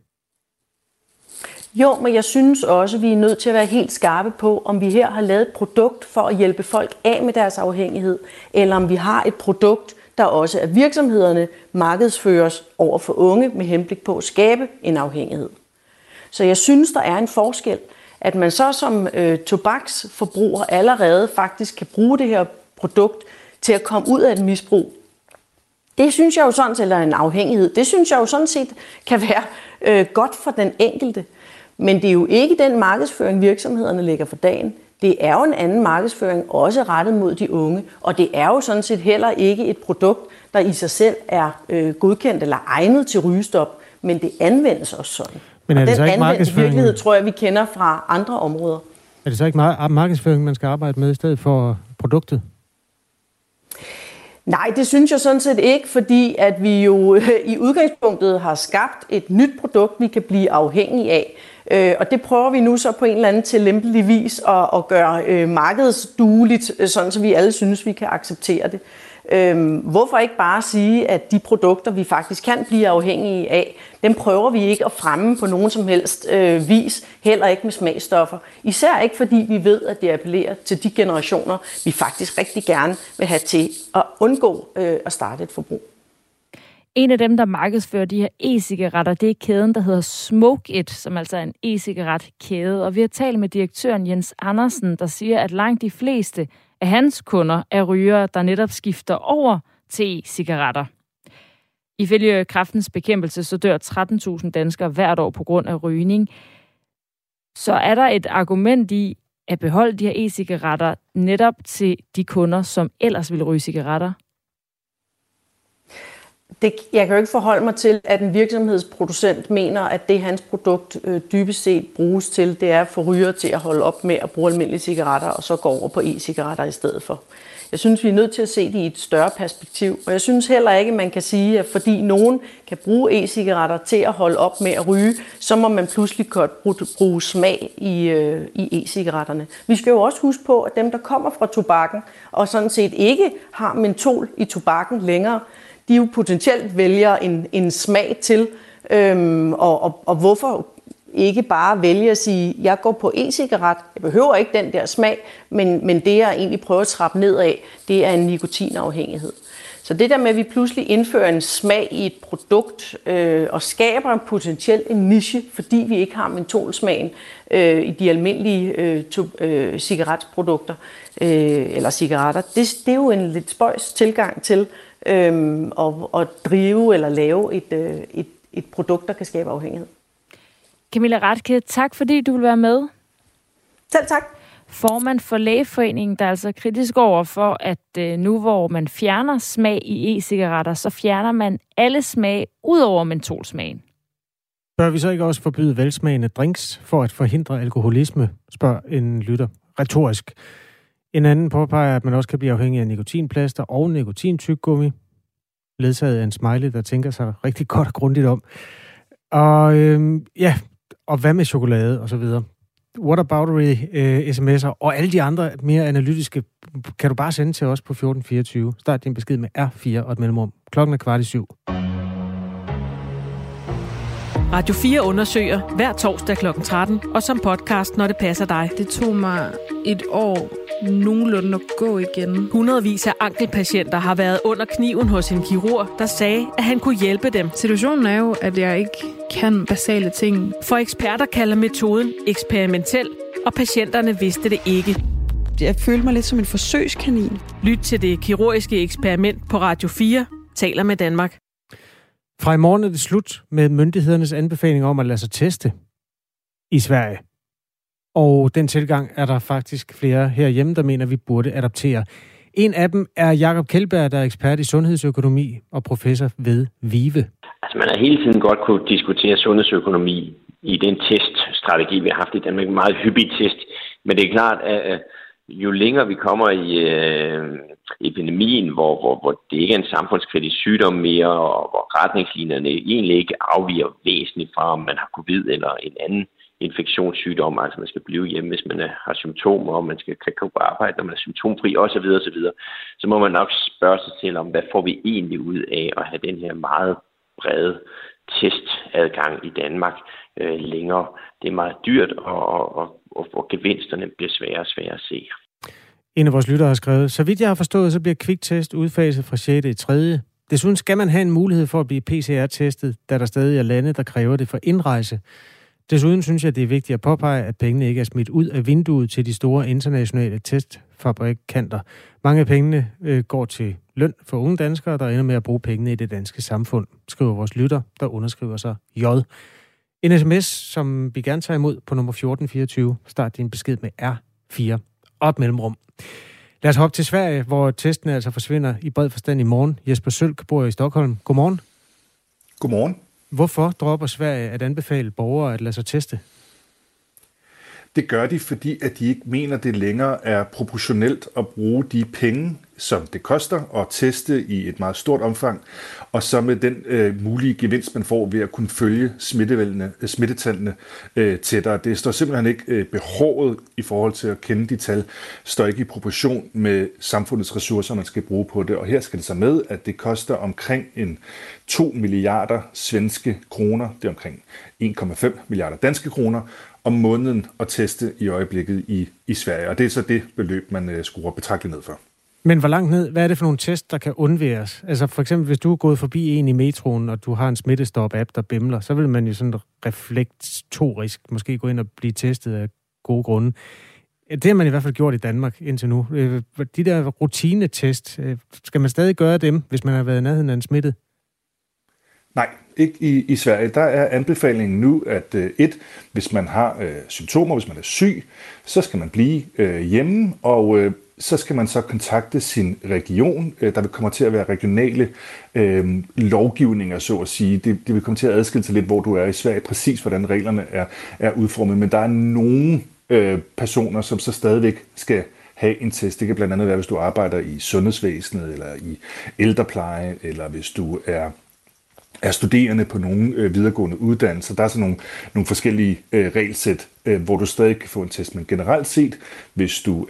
Jo, men jeg synes også, at vi er nødt til at være helt skarpe på, om vi her har lavet et produkt for at hjælpe folk af med deres afhængighed, eller om vi har et produkt, der også af virksomhederne markedsføres over for unge med henblik på at skabe en afhængighed. Så jeg synes, der er en forskel, at man så som øh, tobaksforbruger allerede faktisk kan bruge det her produkt til at komme ud af et misbrug. Det synes jeg jo sådan set, eller en afhængighed, det synes jeg jo sådan set kan være øh, godt for den enkelte. Men det er jo ikke den markedsføring, virksomhederne lægger for dagen. Det er jo en anden markedsføring, også rettet mod de unge. Og det er jo sådan set heller ikke et produkt, der i sig selv er øh, godkendt eller egnet til rygestop. Men det anvendes også sådan. Men er og det den så ikke anvendte virkelighed, tror jeg, vi kender fra andre områder. Er det så ikke markedsføring, man skal arbejde med i stedet for produktet? Nej, det synes jeg sådan set ikke, fordi at vi jo i udgangspunktet har skabt et nyt produkt, vi kan blive afhængige af. Og det prøver vi nu så på en eller anden tillempelig vis at, at gøre markedsdueligt, sådan så vi alle synes, vi kan acceptere det. Hvorfor ikke bare sige, at de produkter, vi faktisk kan blive afhængige af, dem prøver vi ikke at fremme på nogen som helst øh, vis, heller ikke med smagstoffer. Især ikke fordi vi ved, at det appellerer til de generationer, vi faktisk rigtig gerne vil have til at undgå øh, at starte et forbrug. En af dem, der markedsfører de her e-cigaretter, det er kæden, der hedder Smoke It, som altså er en e-cigaretkæde. Og vi har talt med direktøren Jens Andersen, der siger, at langt de fleste af hans kunder er rygere, der netop skifter over til e-cigaretter. Ifølge Kræftens Bekæmpelse, så dør tretten tusind danskere hvert år på grund af rygning. Så er der et argument i at beholde de her e-cigaretter netop til de kunder, som ellers vil ryge cigaretter? Det, jeg kan jo ikke forholde mig til, at en virksomhedsproducent mener, at det hans produkt øh, dybest set bruges til, det er at få rygere til at holde op med at bruge almindelige cigaretter, og så gå over på e-cigaretter i stedet for. Jeg synes, vi er nødt til at se det i et større perspektiv, og jeg synes heller ikke, at man kan sige, at fordi nogen kan bruge e-cigaretter til at holde op med at ryge, så må man pludselig godt bruge, bruge smag i, øh, i e-cigaretterne. Vi skal jo også huske på, at dem, der kommer fra tobakken, og sådan set ikke har mentol i tobakken længere, de jo potentielt vælger en, en smag til, øhm, og, og, og hvorfor ikke bare vælge at sige, jeg går på e-cigaret, jeg behøver ikke den der smag, men, men det jeg egentlig prøver at trappe ned af, det er en nikotinafhængighed. Så det der med, at vi pludselig indfører en smag i et produkt øh, og skaber potentielt en niche, fordi vi ikke har mentolsmagen øh, i de almindelige øh, to, øh, cigaretprodukter øh, eller cigaretter, det, det er jo en lidt spøjs tilgang til øh, at, at drive eller lave et, øh, et, et produkt, der kan skabe afhængighed. Camilla Rathke, tak fordi du vil være med. Selv tak. Formand for Lægeforeningen, der er altså kritisk over for, at øh, nu hvor man fjerner smag i e-cigaretter, så fjerner man alle smag ud over mentolsmagen. Bør vi så ikke også forbyde velsmagende drinks for at forhindre alkoholisme, spørger en lytter retorisk. En anden påpeger, at man også kan blive afhængig af nikotinplaster og nikotintyggegummi. Ledsaget af en smiley, der tænker sig rigtig godt og grundigt om. Og øhm, ja, og hvad med chokolade og så videre. Whataboutery, øh, sms'er og alle de andre mere analytiske, kan du bare sende til os på fjorten fireogtyve. Start din besked med R fire og et mellemrum. Klokken er kvart i syv. Radio fire undersøger hver torsdag klokken tretten, og som podcast, når det passer dig. Det tog mig et år nogenlunde at gå igen. Hundredvis af ankelpatienter har været under kniven hos en kirurg, der sagde, at han kunne hjælpe dem. Situationen er jo, at jeg ikke kan basale ting. For eksperter kalder metoden eksperimentel, og patienterne vidste det ikke. Jeg følte mig lidt som en forsøgskanin. Lyt til det kirurgiske eksperiment på Radio fire, taler med Danmark. Fra i morgen er det slut med myndighedernes anbefaling om at lade sig teste i Sverige. Og den tilgang er der faktisk flere herhjemme, der mener, vi burde adoptere. En af dem er Jakob Kjeldberg, der er ekspert i sundhedsøkonomi og professor ved VIVE. Altså man har hele tiden godt kunne diskutere sundhedsøkonomi i den teststrategi, vi har haft i Danmark. En meget hyppig test. Men det er klart, at jo længere vi kommer i øh, epidemien, hvor, hvor, hvor det ikke er en samfundskritisk sygdom mere, og hvor retningslinjerne egentlig ikke afviger væsentligt fra, om man har covid eller en anden infektionssygdom, altså man skal blive hjemme, hvis man har symptomer, og man skal kan gå på arbejde, når man er symptomfri, osv., osv., så må man nok spørge sig til om, hvad får vi egentlig ud af at have den her meget brede testadgang i Danmark øh, længere. Det er meget dyrt, og, og, og, og gevinsterne bliver svære og svære at se. En af vores lyttere har skrevet, så vidt jeg har forstået, så bliver kviktest udfaset fra sjette i tredje. Desuden skal man have en mulighed for at blive P C R-testet, da der stadig er lande, der kræver det for indrejse. Desuden synes jeg, det er vigtigt at påpege, at pengene ikke er smidt ud af vinduet til de store internationale testfabrikanter. Mange af pengene øh, går til løn for unge danskere, der ender med at bruge pengene i det danske samfund, skriver vores lytter, der underskriver sig J. En sms, som vi gerne tager imod på nummer fjorten fireogtyve. Start din besked med R fire og et mellemrum. Lad os hoppe til Sverige, hvor testene altså forsvinder i bred forstand i morgen. Jesper Sølk bor i Stockholm. Godmorgen. Godmorgen. Hvorfor dropper Sverige at anbefale borgere at lade sig teste? Det gør de, fordi at de ikke mener, at det længere er proportionelt at bruge de penge, som det koster at teste i et meget stort omfang, og så med den øh, mulige gevinst, man får ved at kunne følge smittetallene øh, tættere. Det står simpelthen ikke øh, behovet i forhold til at kende de tal, står ikke i proportion med samfundets ressourcer, man skal bruge på det. Og her skal det så med, at det koster omkring en to milliarder svenske kroner, det er omkring en komma fem milliarder danske kroner, om måneden at teste i øjeblikket i, i Sverige. Og det er så det beløb, man øh, skruer betragteligt ned for. Men hvor langt ned? Hvad er det for nogle test, der kan undværes? Altså for eksempel, hvis du er gået forbi en i metroen, og du har en smittestop-app, der bimler, så vil man jo sådan reflektorisk måske gå ind og blive testet af gode grunde. Det har man i hvert fald gjort i Danmark indtil nu. De der rutinetest, skal man stadig gøre dem, hvis man har været i nærheden af en smittet? Nej, ikke i, i Sverige. Der er anbefalingen nu, at øh, et, hvis man har øh, symptomer, hvis man er syg, så skal man blive øh, hjemme, og øh, så skal man så kontakte sin region. Øh, der vil komme til at være regionale øh, lovgivninger, så at sige. Det, det vil komme til at adskille sig lidt, hvor du er i Sverige, præcis hvordan reglerne er, er udformet. Men der er nogle øh, personer, som så stadigvæk skal have en test. Det kan blandt andet være, hvis du arbejder i sundhedsvæsenet, eller i ældrepleje, eller hvis du er er studerende på nogle øh, videregående uddannelser. Der er sådan nogle, nogle forskellige øh, regelsæt, øh, hvor du stadig kan få en test. Men generelt set, hvis du er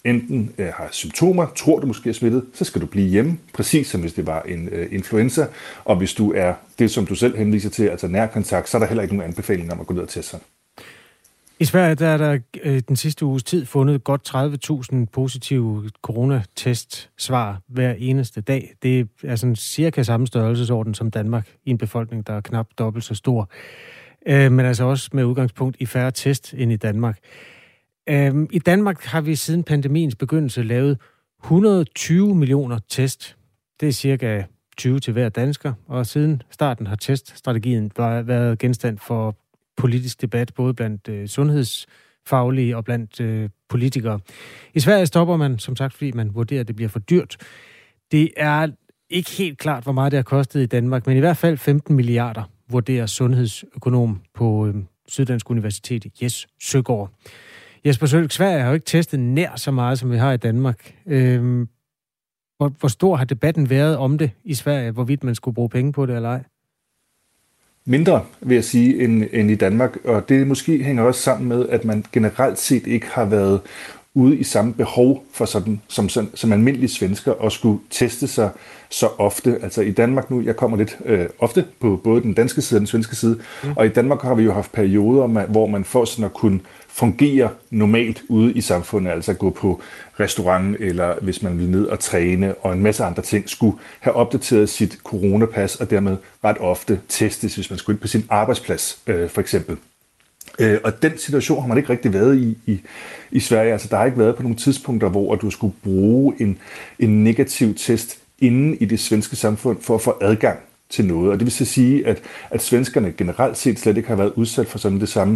enten øh, har symptomer, tror du måske er smittet, så skal du blive hjemme, præcis som hvis det var en øh, influenza. Og hvis du er det, som du selv henviser til, altså nærkontakt, så er der heller ikke nogen anbefaling om at gå ned og teste sig. I Sverige der er der øh, den sidste uges tid fundet godt tredive tusind positive coronatestsvar hver eneste dag. Det er sådan cirka samme størrelsesorden som Danmark i en befolkning, der er knap dobbelt så stor. Øh, men altså også med udgangspunkt i færre test end i Danmark. Øh, I Danmark har vi siden pandemiens begyndelse lavet et hundrede og tyve millioner test. Det er cirka tyve til hver dansker, og siden starten har teststrategien været genstand for politisk debat, både blandt øh, sundhedsfaglige og blandt øh, politikere. I Sverige stopper man, som sagt, fordi man vurderer, at det bliver for dyrt. Det er ikke helt klart, hvor meget det har kostet i Danmark, men i hvert fald femten milliarder, vurderer sundhedsøkonom på øh, Syddansk Universitet, Jes Søgaard. Jesper Sølk, Sverige har jo ikke testet nær så meget, som vi har i Danmark. Øh, hvor, hvor stor har debatten været om det i Sverige, hvorvidt man skulle bruge penge på det eller ej? Mindre, vil jeg sige, end, end i Danmark, og det måske hænger også sammen med, at man generelt set ikke har været ude i samme behov for sådan, som, som, som almindelige svensker at skulle teste sig så ofte. Altså i Danmark nu, jeg kommer lidt øh, ofte på både den danske side og den svenske side, mm. og i Danmark har vi jo haft perioder, hvor man får sådan at kunne fungere normalt ude i samfundet, altså gå på restaurant, eller hvis man vil ned og træne, og en masse andre ting, skulle have opdateret sit coronapas, og dermed ret ofte testes, hvis man skulle ind på sin arbejdsplads, øh, for eksempel. Øh, og den situation har man ikke rigtig været i, i i Sverige. Altså der har ikke været på nogle tidspunkter, hvor du skulle bruge en, en negativ test inden i det svenske samfund for at få adgang til noget. Og det vil så sige, at, at svenskerne generelt set slet ikke har været udsat for sådan det samme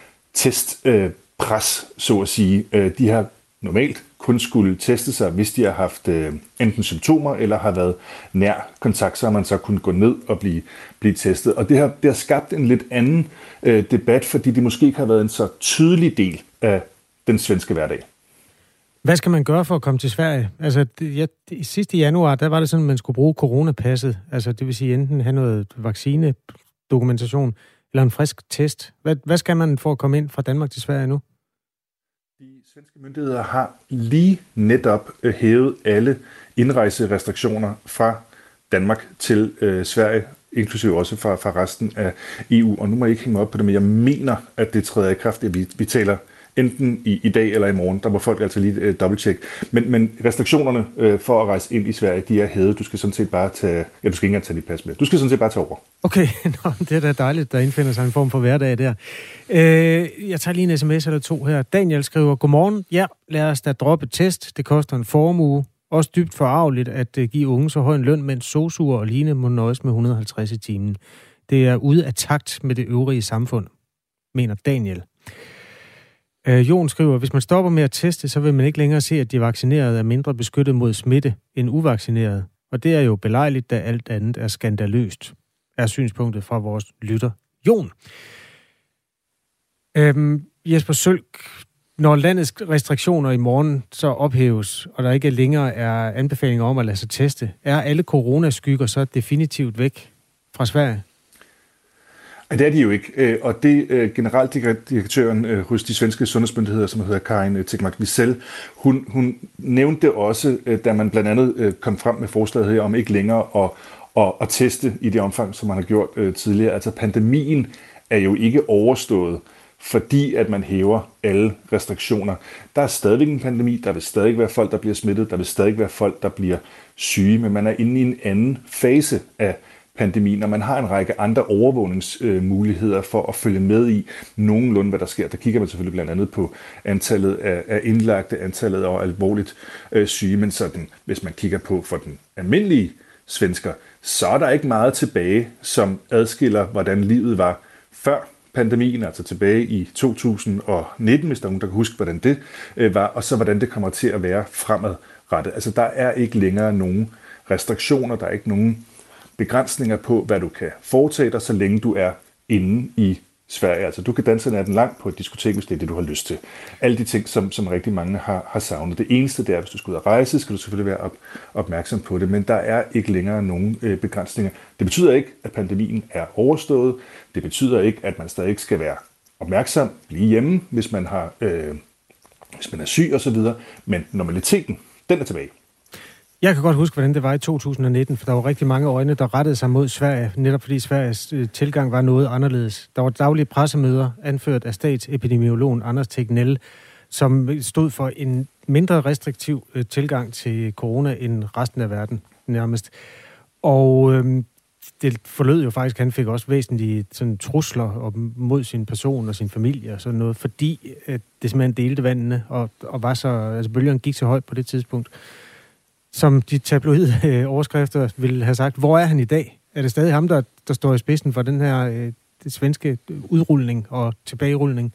testpres, øh, så at sige. Øh, de har normalt kun skulle teste sig, hvis de har haft øh, enten symptomer eller har været nær kontakt, så har man så kunne gå ned og blive, blive testet. Og det har, det har skabt en lidt anden øh, debat, fordi det måske ikke har været en så tydelig del af den svenske hverdag. Hvad skal man gøre for at komme til Sverige? Altså, det, ja, det, sidste januar, der var det sådan, at man skulle bruge coronapasset. Altså, det vil sige enten have noget vaccinedokumentation eller en frisk test. Hvad, hvad skal man for at komme ind fra Danmark til Sverige nu? De svenske myndigheder har lige netop hævet alle indrejserestriktioner fra Danmark til øh, Sverige, inklusive også fra, fra resten af E U. Og nu må jeg ikke hænge op på det, men jeg mener, at det træder i kraft, at vi, vi taler enten i, i dag eller i morgen. Der må folk altså lige øh, dobbelttjekke. Men, men restriktionerne øh, for at rejse ind i Sverige, de er hævet. Du skal sådan set bare tage... Ja, du skal ikke engang tage dit pas med. Du skal sådan set bare tage over. Okay, nå, det er da dejligt, der indfinder sig en form for hverdag der. Øh, jeg tager lige en sms eller to her. Daniel skriver, godmorgen. Ja, lad os da droppe test. Det koster en formue. Også dybt forarveligt at uh, give unge så høj en løn, mens sosuer og lignende må nøjes med et hundrede og halvtreds i timen. Det er ude af takt med det øvrige samfund, mener Daniel. Øh, Jon skriver, hvis man stopper med at teste, så vil man ikke længere se, at de vaccinerede er mindre beskyttet mod smitte end uvaccinerede. Og det er jo belejligt, da alt andet er skandaløst, er synspunktet fra vores lytter. Jon. Øhm, Jesper Sølk, når landets restriktioner i morgen så ophæves, og der ikke længere er anbefalinger om at lade sig teste, er alle coronaskygger så definitivt væk fra Sverige? Det er de jo ikke, og det generaldirektøren hos de svenske sundhedsmyndigheder, som hedder Karin Tegmark Wisell, hun, hun nævnte det også, da man blandt andet kom frem med forslaget her om ikke længere at, at, at teste i det omfang, som man har gjort tidligere. Altså pandemien er jo ikke overstået, fordi at man hæver alle restriktioner. Der er stadigvæk en pandemi, der vil stadig være folk, der bliver smittet, der vil stadig være folk, der bliver syge, men man er inde i en anden fase af pandemien, og man har en række andre overvågningsmuligheder for at følge med i nogenlunde, hvad der sker. Der kigger man selvfølgelig blandt andet på antallet af, af indlagte, antallet af alvorligt øh, syge, men sådan, hvis man kigger på for den almindelige svensker, så er der ikke meget tilbage, som adskiller, hvordan livet var før pandemien, altså tilbage i to tusind nitten, hvis der er nogen, der kan huske, hvordan det øh, var, og så hvordan det kommer til at være fremadrettet. Altså der er ikke længere nogen restriktioner, der er ikke nogen begrænsninger på, hvad du kan foretage dig, så længe du er inde i Sverige. Altså, du kan danse natten lang på et diskotek, hvis det er det, du har lyst til. Alle de ting, som, som rigtig mange har, har savnet. Det eneste, det er, hvis du skal ud og rejse, skal du selvfølgelig være op, opmærksom på det, men der er ikke længere nogen øh, begrænsninger. Det betyder ikke, at pandemien er overstået. Det betyder ikke, at man stadig skal være opmærksom, blive hjemme, hvis man har øh, hvis man er syg osv., men normaliteten, den er tilbage. Jeg kan godt huske, hvordan det var i to tusind nitten, for der var rigtig mange øjne, der rettede sig mod Sverige, netop fordi Sveriges tilgang var noget anderledes. Der var daglige pressemøder, anført af statsepidemiologen Anders Tegnell, som stod for en mindre restriktiv tilgang til corona end resten af verden nærmest. Og øhm, det forlød jo faktisk, at han fik også væsentlige sådan, trusler mod sin person og sin familie og sådan noget, fordi at det simpelthen delte vandene, og, og var så, altså bølgerne gik så højt på det tidspunkt. Som de tabloide øh, overskrifter ville have sagt, hvor er han i dag? Er det stadig ham, der, der står i spidsen for den her øh, det svenske udrulning og tilbagerulning?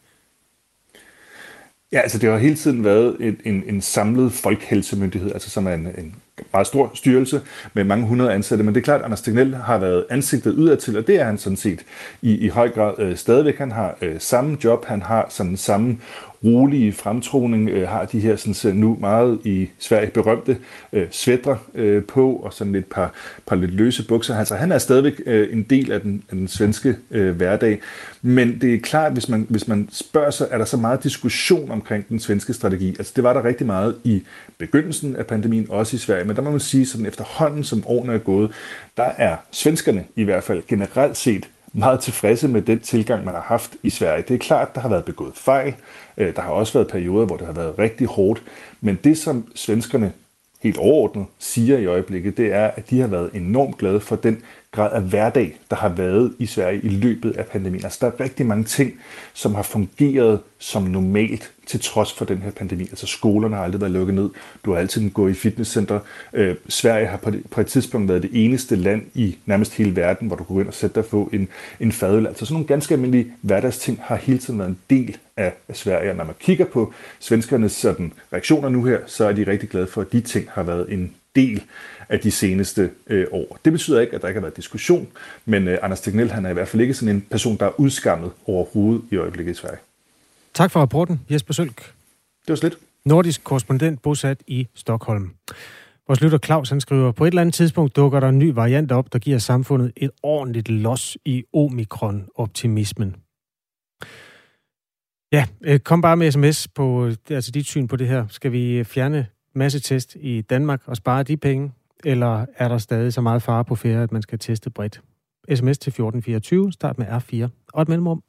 Ja, altså det har hele tiden været en, en, en samlet folkehelsemyndighed, altså som er en, en meget stor styrelse med mange hundrede ansatte, men det er klart, at Anders Tegnell har været ansigtet udadtil, og det er han sådan set i, i høj grad øh, stadigvæk. Han har øh, samme job, han har sådan samme rolige fremtroning, øh, har de her sådan, nu meget i Sverige berømte øh, sweatre øh, på, og sådan et par, par lidt løse bukser. Altså han er stadigvæk øh, en del af den, af den svenske øh, hverdag, men det er klart, hvis man, hvis man spørger sig, er der så meget diskussion omkring den svenske strategi. Altså det var der rigtig meget i begyndelsen af pandemien, også i Sverige, men der må man sige, sådan efterhånden som årene er gået, der er svenskerne i hvert fald generelt set meget tilfredse med den tilgang, man har haft i Sverige. Det er klart, der har været begået fejl. Der har også været perioder, hvor det har været rigtig hårdt. Men det, som svenskerne helt overordnet siger i øjeblikket, det er, at de har været enormt glade for den grad af hverdag, der har været i Sverige i løbet af pandemien. Altså, der er rigtig mange ting, som har fungeret som normalt til trods for den her pandemi. Altså, skolerne har aldrig været lukket ned. Du har altid gået i fitnesscenter. Øh, Sverige har på, det, på et tidspunkt været det eneste land i nærmest hele verden, hvor du kunne gå ind og sætte dig på en, en fadøl. Altså, sådan nogle ganske almindelige hverdagsting har hele tiden været en del af, af Sverige. Og når man kigger på svenskernes sådan, reaktioner nu her, så er de rigtig glade for, at de ting har været en del af de seneste øh, år. Det betyder ikke, at der ikke har været diskussion, men øh, Anders Tegnell, han er i hvert fald ikke sådan en person, der er udskammet overhovedet i øjeblikket i Sverige. Tak for rapporten, Jesper Sølk. Det var slet. Nordisk korrespondent bosat i Stockholm. Vores lytter Claus, han skriver, på et eller andet tidspunkt dukker der en ny variant op, der giver samfundet et ordentligt los i omikron-optimismen. Ja, kom bare med sms på altså dit syn på det her. Skal vi fjerne massetest i Danmark og spare de penge, eller er der stadig så meget fare på færde, at man skal teste bredt? Sms til fjorten fireogtyve, start med R fire og et mellemrum.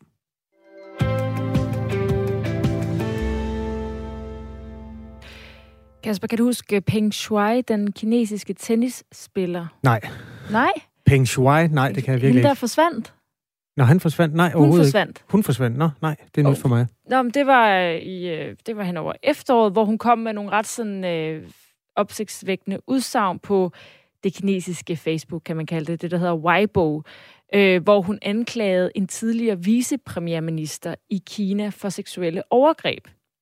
Kasper, kan du huske Peng Shuai, den kinesiske tennisspiller? Nej. Nej? Peng Shuai? Nej, det kan jeg virkelig Hende, der ikke. forsvandt? Nå, han forsvandt? Nej, Hun overhovedet forsvandt. ikke. Hun forsvandt? Nå, nej, det er nyt for mig. Nå, men det var, i, det var hen over efteråret, hvor hun kom med nogle ret sådan øh, opsigtsvækkende udsagn på det kinesiske Facebook, kan man kalde det, det der hedder Weibo, øh, hvor hun anklagede en tidligere vicepremierminister i Kina for seksuelle overgreb.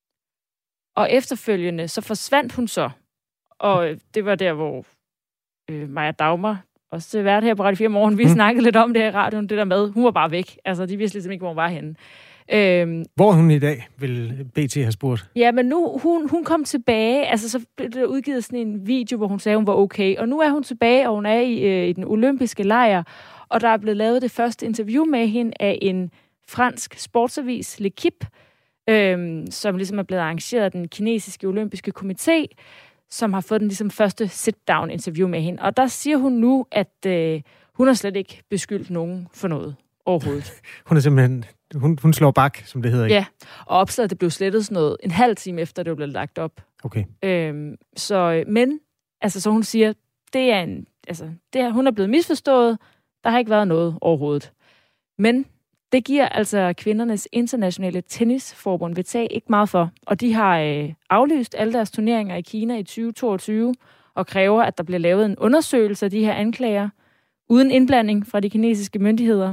Og efterfølgende, så forsvandt hun så. Og det var der, hvor øh, Maja Dagmar, også været her på Radio fire Morgen, vi mm. snakkede lidt om det her i radioen, det der med, hun var bare væk. Altså, de vidste ligesom ikke, hvor hun var henne. Øhm, hvor er hun i dag, vil B T have spurgt? Ja, men nu, hun, hun kom tilbage, altså så blev der udgivet sådan en video, hvor hun sagde, hun var okay. Og nu er hun tilbage, og hun er i, øh, i den olympiske lejr, og der er blevet lavet det første interview med hende af en fransk sportsavis, L'Equipe, øhm, som ligesom er blevet arrangeret af den kinesiske olympiske komité, som har fået den ligesom første sit-down interview med hende. Og der siger hun nu, at øh, hun har slet ikke beskyldt nogen for noget overhovedet. Hun er simpelthen, hun, hun slår bak, som det hedder, ikke? Ja, og opslaget det blev slettet sådan noget en halv time efter, det blev lagt op. Okay. Øhm, så, men, altså, så hun siger, det er en, altså, det er, hun er blevet misforstået, der har ikke været noget overhovedet. Men det giver altså kvindernes internationale tennisforbund V T A ikke meget for, og de har øh, aflyst alle deres turneringer i Kina i tyve toogtyve, og kræver, at der bliver lavet en undersøgelse af de her anklager, uden indblanding fra de kinesiske myndigheder.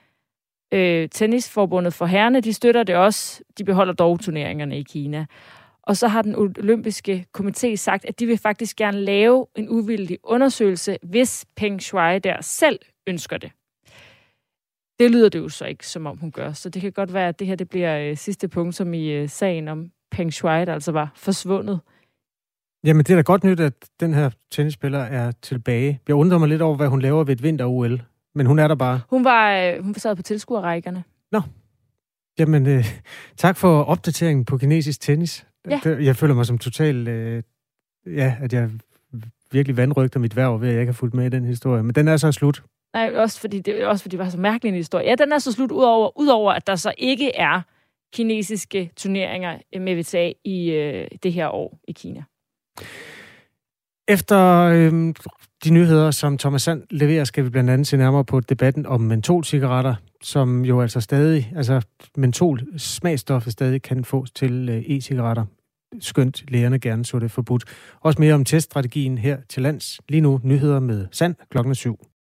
Øh, tennisforbundet for herrene, de støtter det også, de beholder dog turneringerne i Kina. Og så har den olympiske komité sagt, at de vil faktisk gerne lave en uvildig undersøgelse, hvis Peng Shuai der selv ønsker det. Det lyder det jo så ikke, som om hun gør. Så det kan godt være, at det her det bliver øh, sidste punkt, som i øh, sagen om Peng Shuai, der altså var forsvundet. Jamen, det er da godt nyt, at den her tennisspiller er tilbage. Jeg undrer mig lidt over, hvad hun laver ved et vinter-O L. Men hun er der bare. Hun var øh, hun sad på tilskuerrækkerne. Nå. Jamen, øh, tak for opdateringen på kinesisk tennis. Ja. Jeg føler mig som total... Øh, ja, at jeg virkelig vandrygter mit værv ved, at jeg ikke har fulgt med i den historie. Men den er så slut. Nej, også fordi det, også fordi det var så mærkelig en historie. Ja, den er så slut, udover, udover at der så ikke er kinesiske turneringer med V T A i øh, det her år i Kina. Efter øh, de nyheder, som Thomas Sand leverer, skal vi blandt andet se nærmere på debatten om mentolcigaretter, som jo altså stadig, altså mentol smagsstoffet stadig kan fås til øh, e-cigaretter. Skønt lægerne gerne så det forbudt. Også mere om teststrategien her til lands. Lige nu nyheder med Sand klokken syv.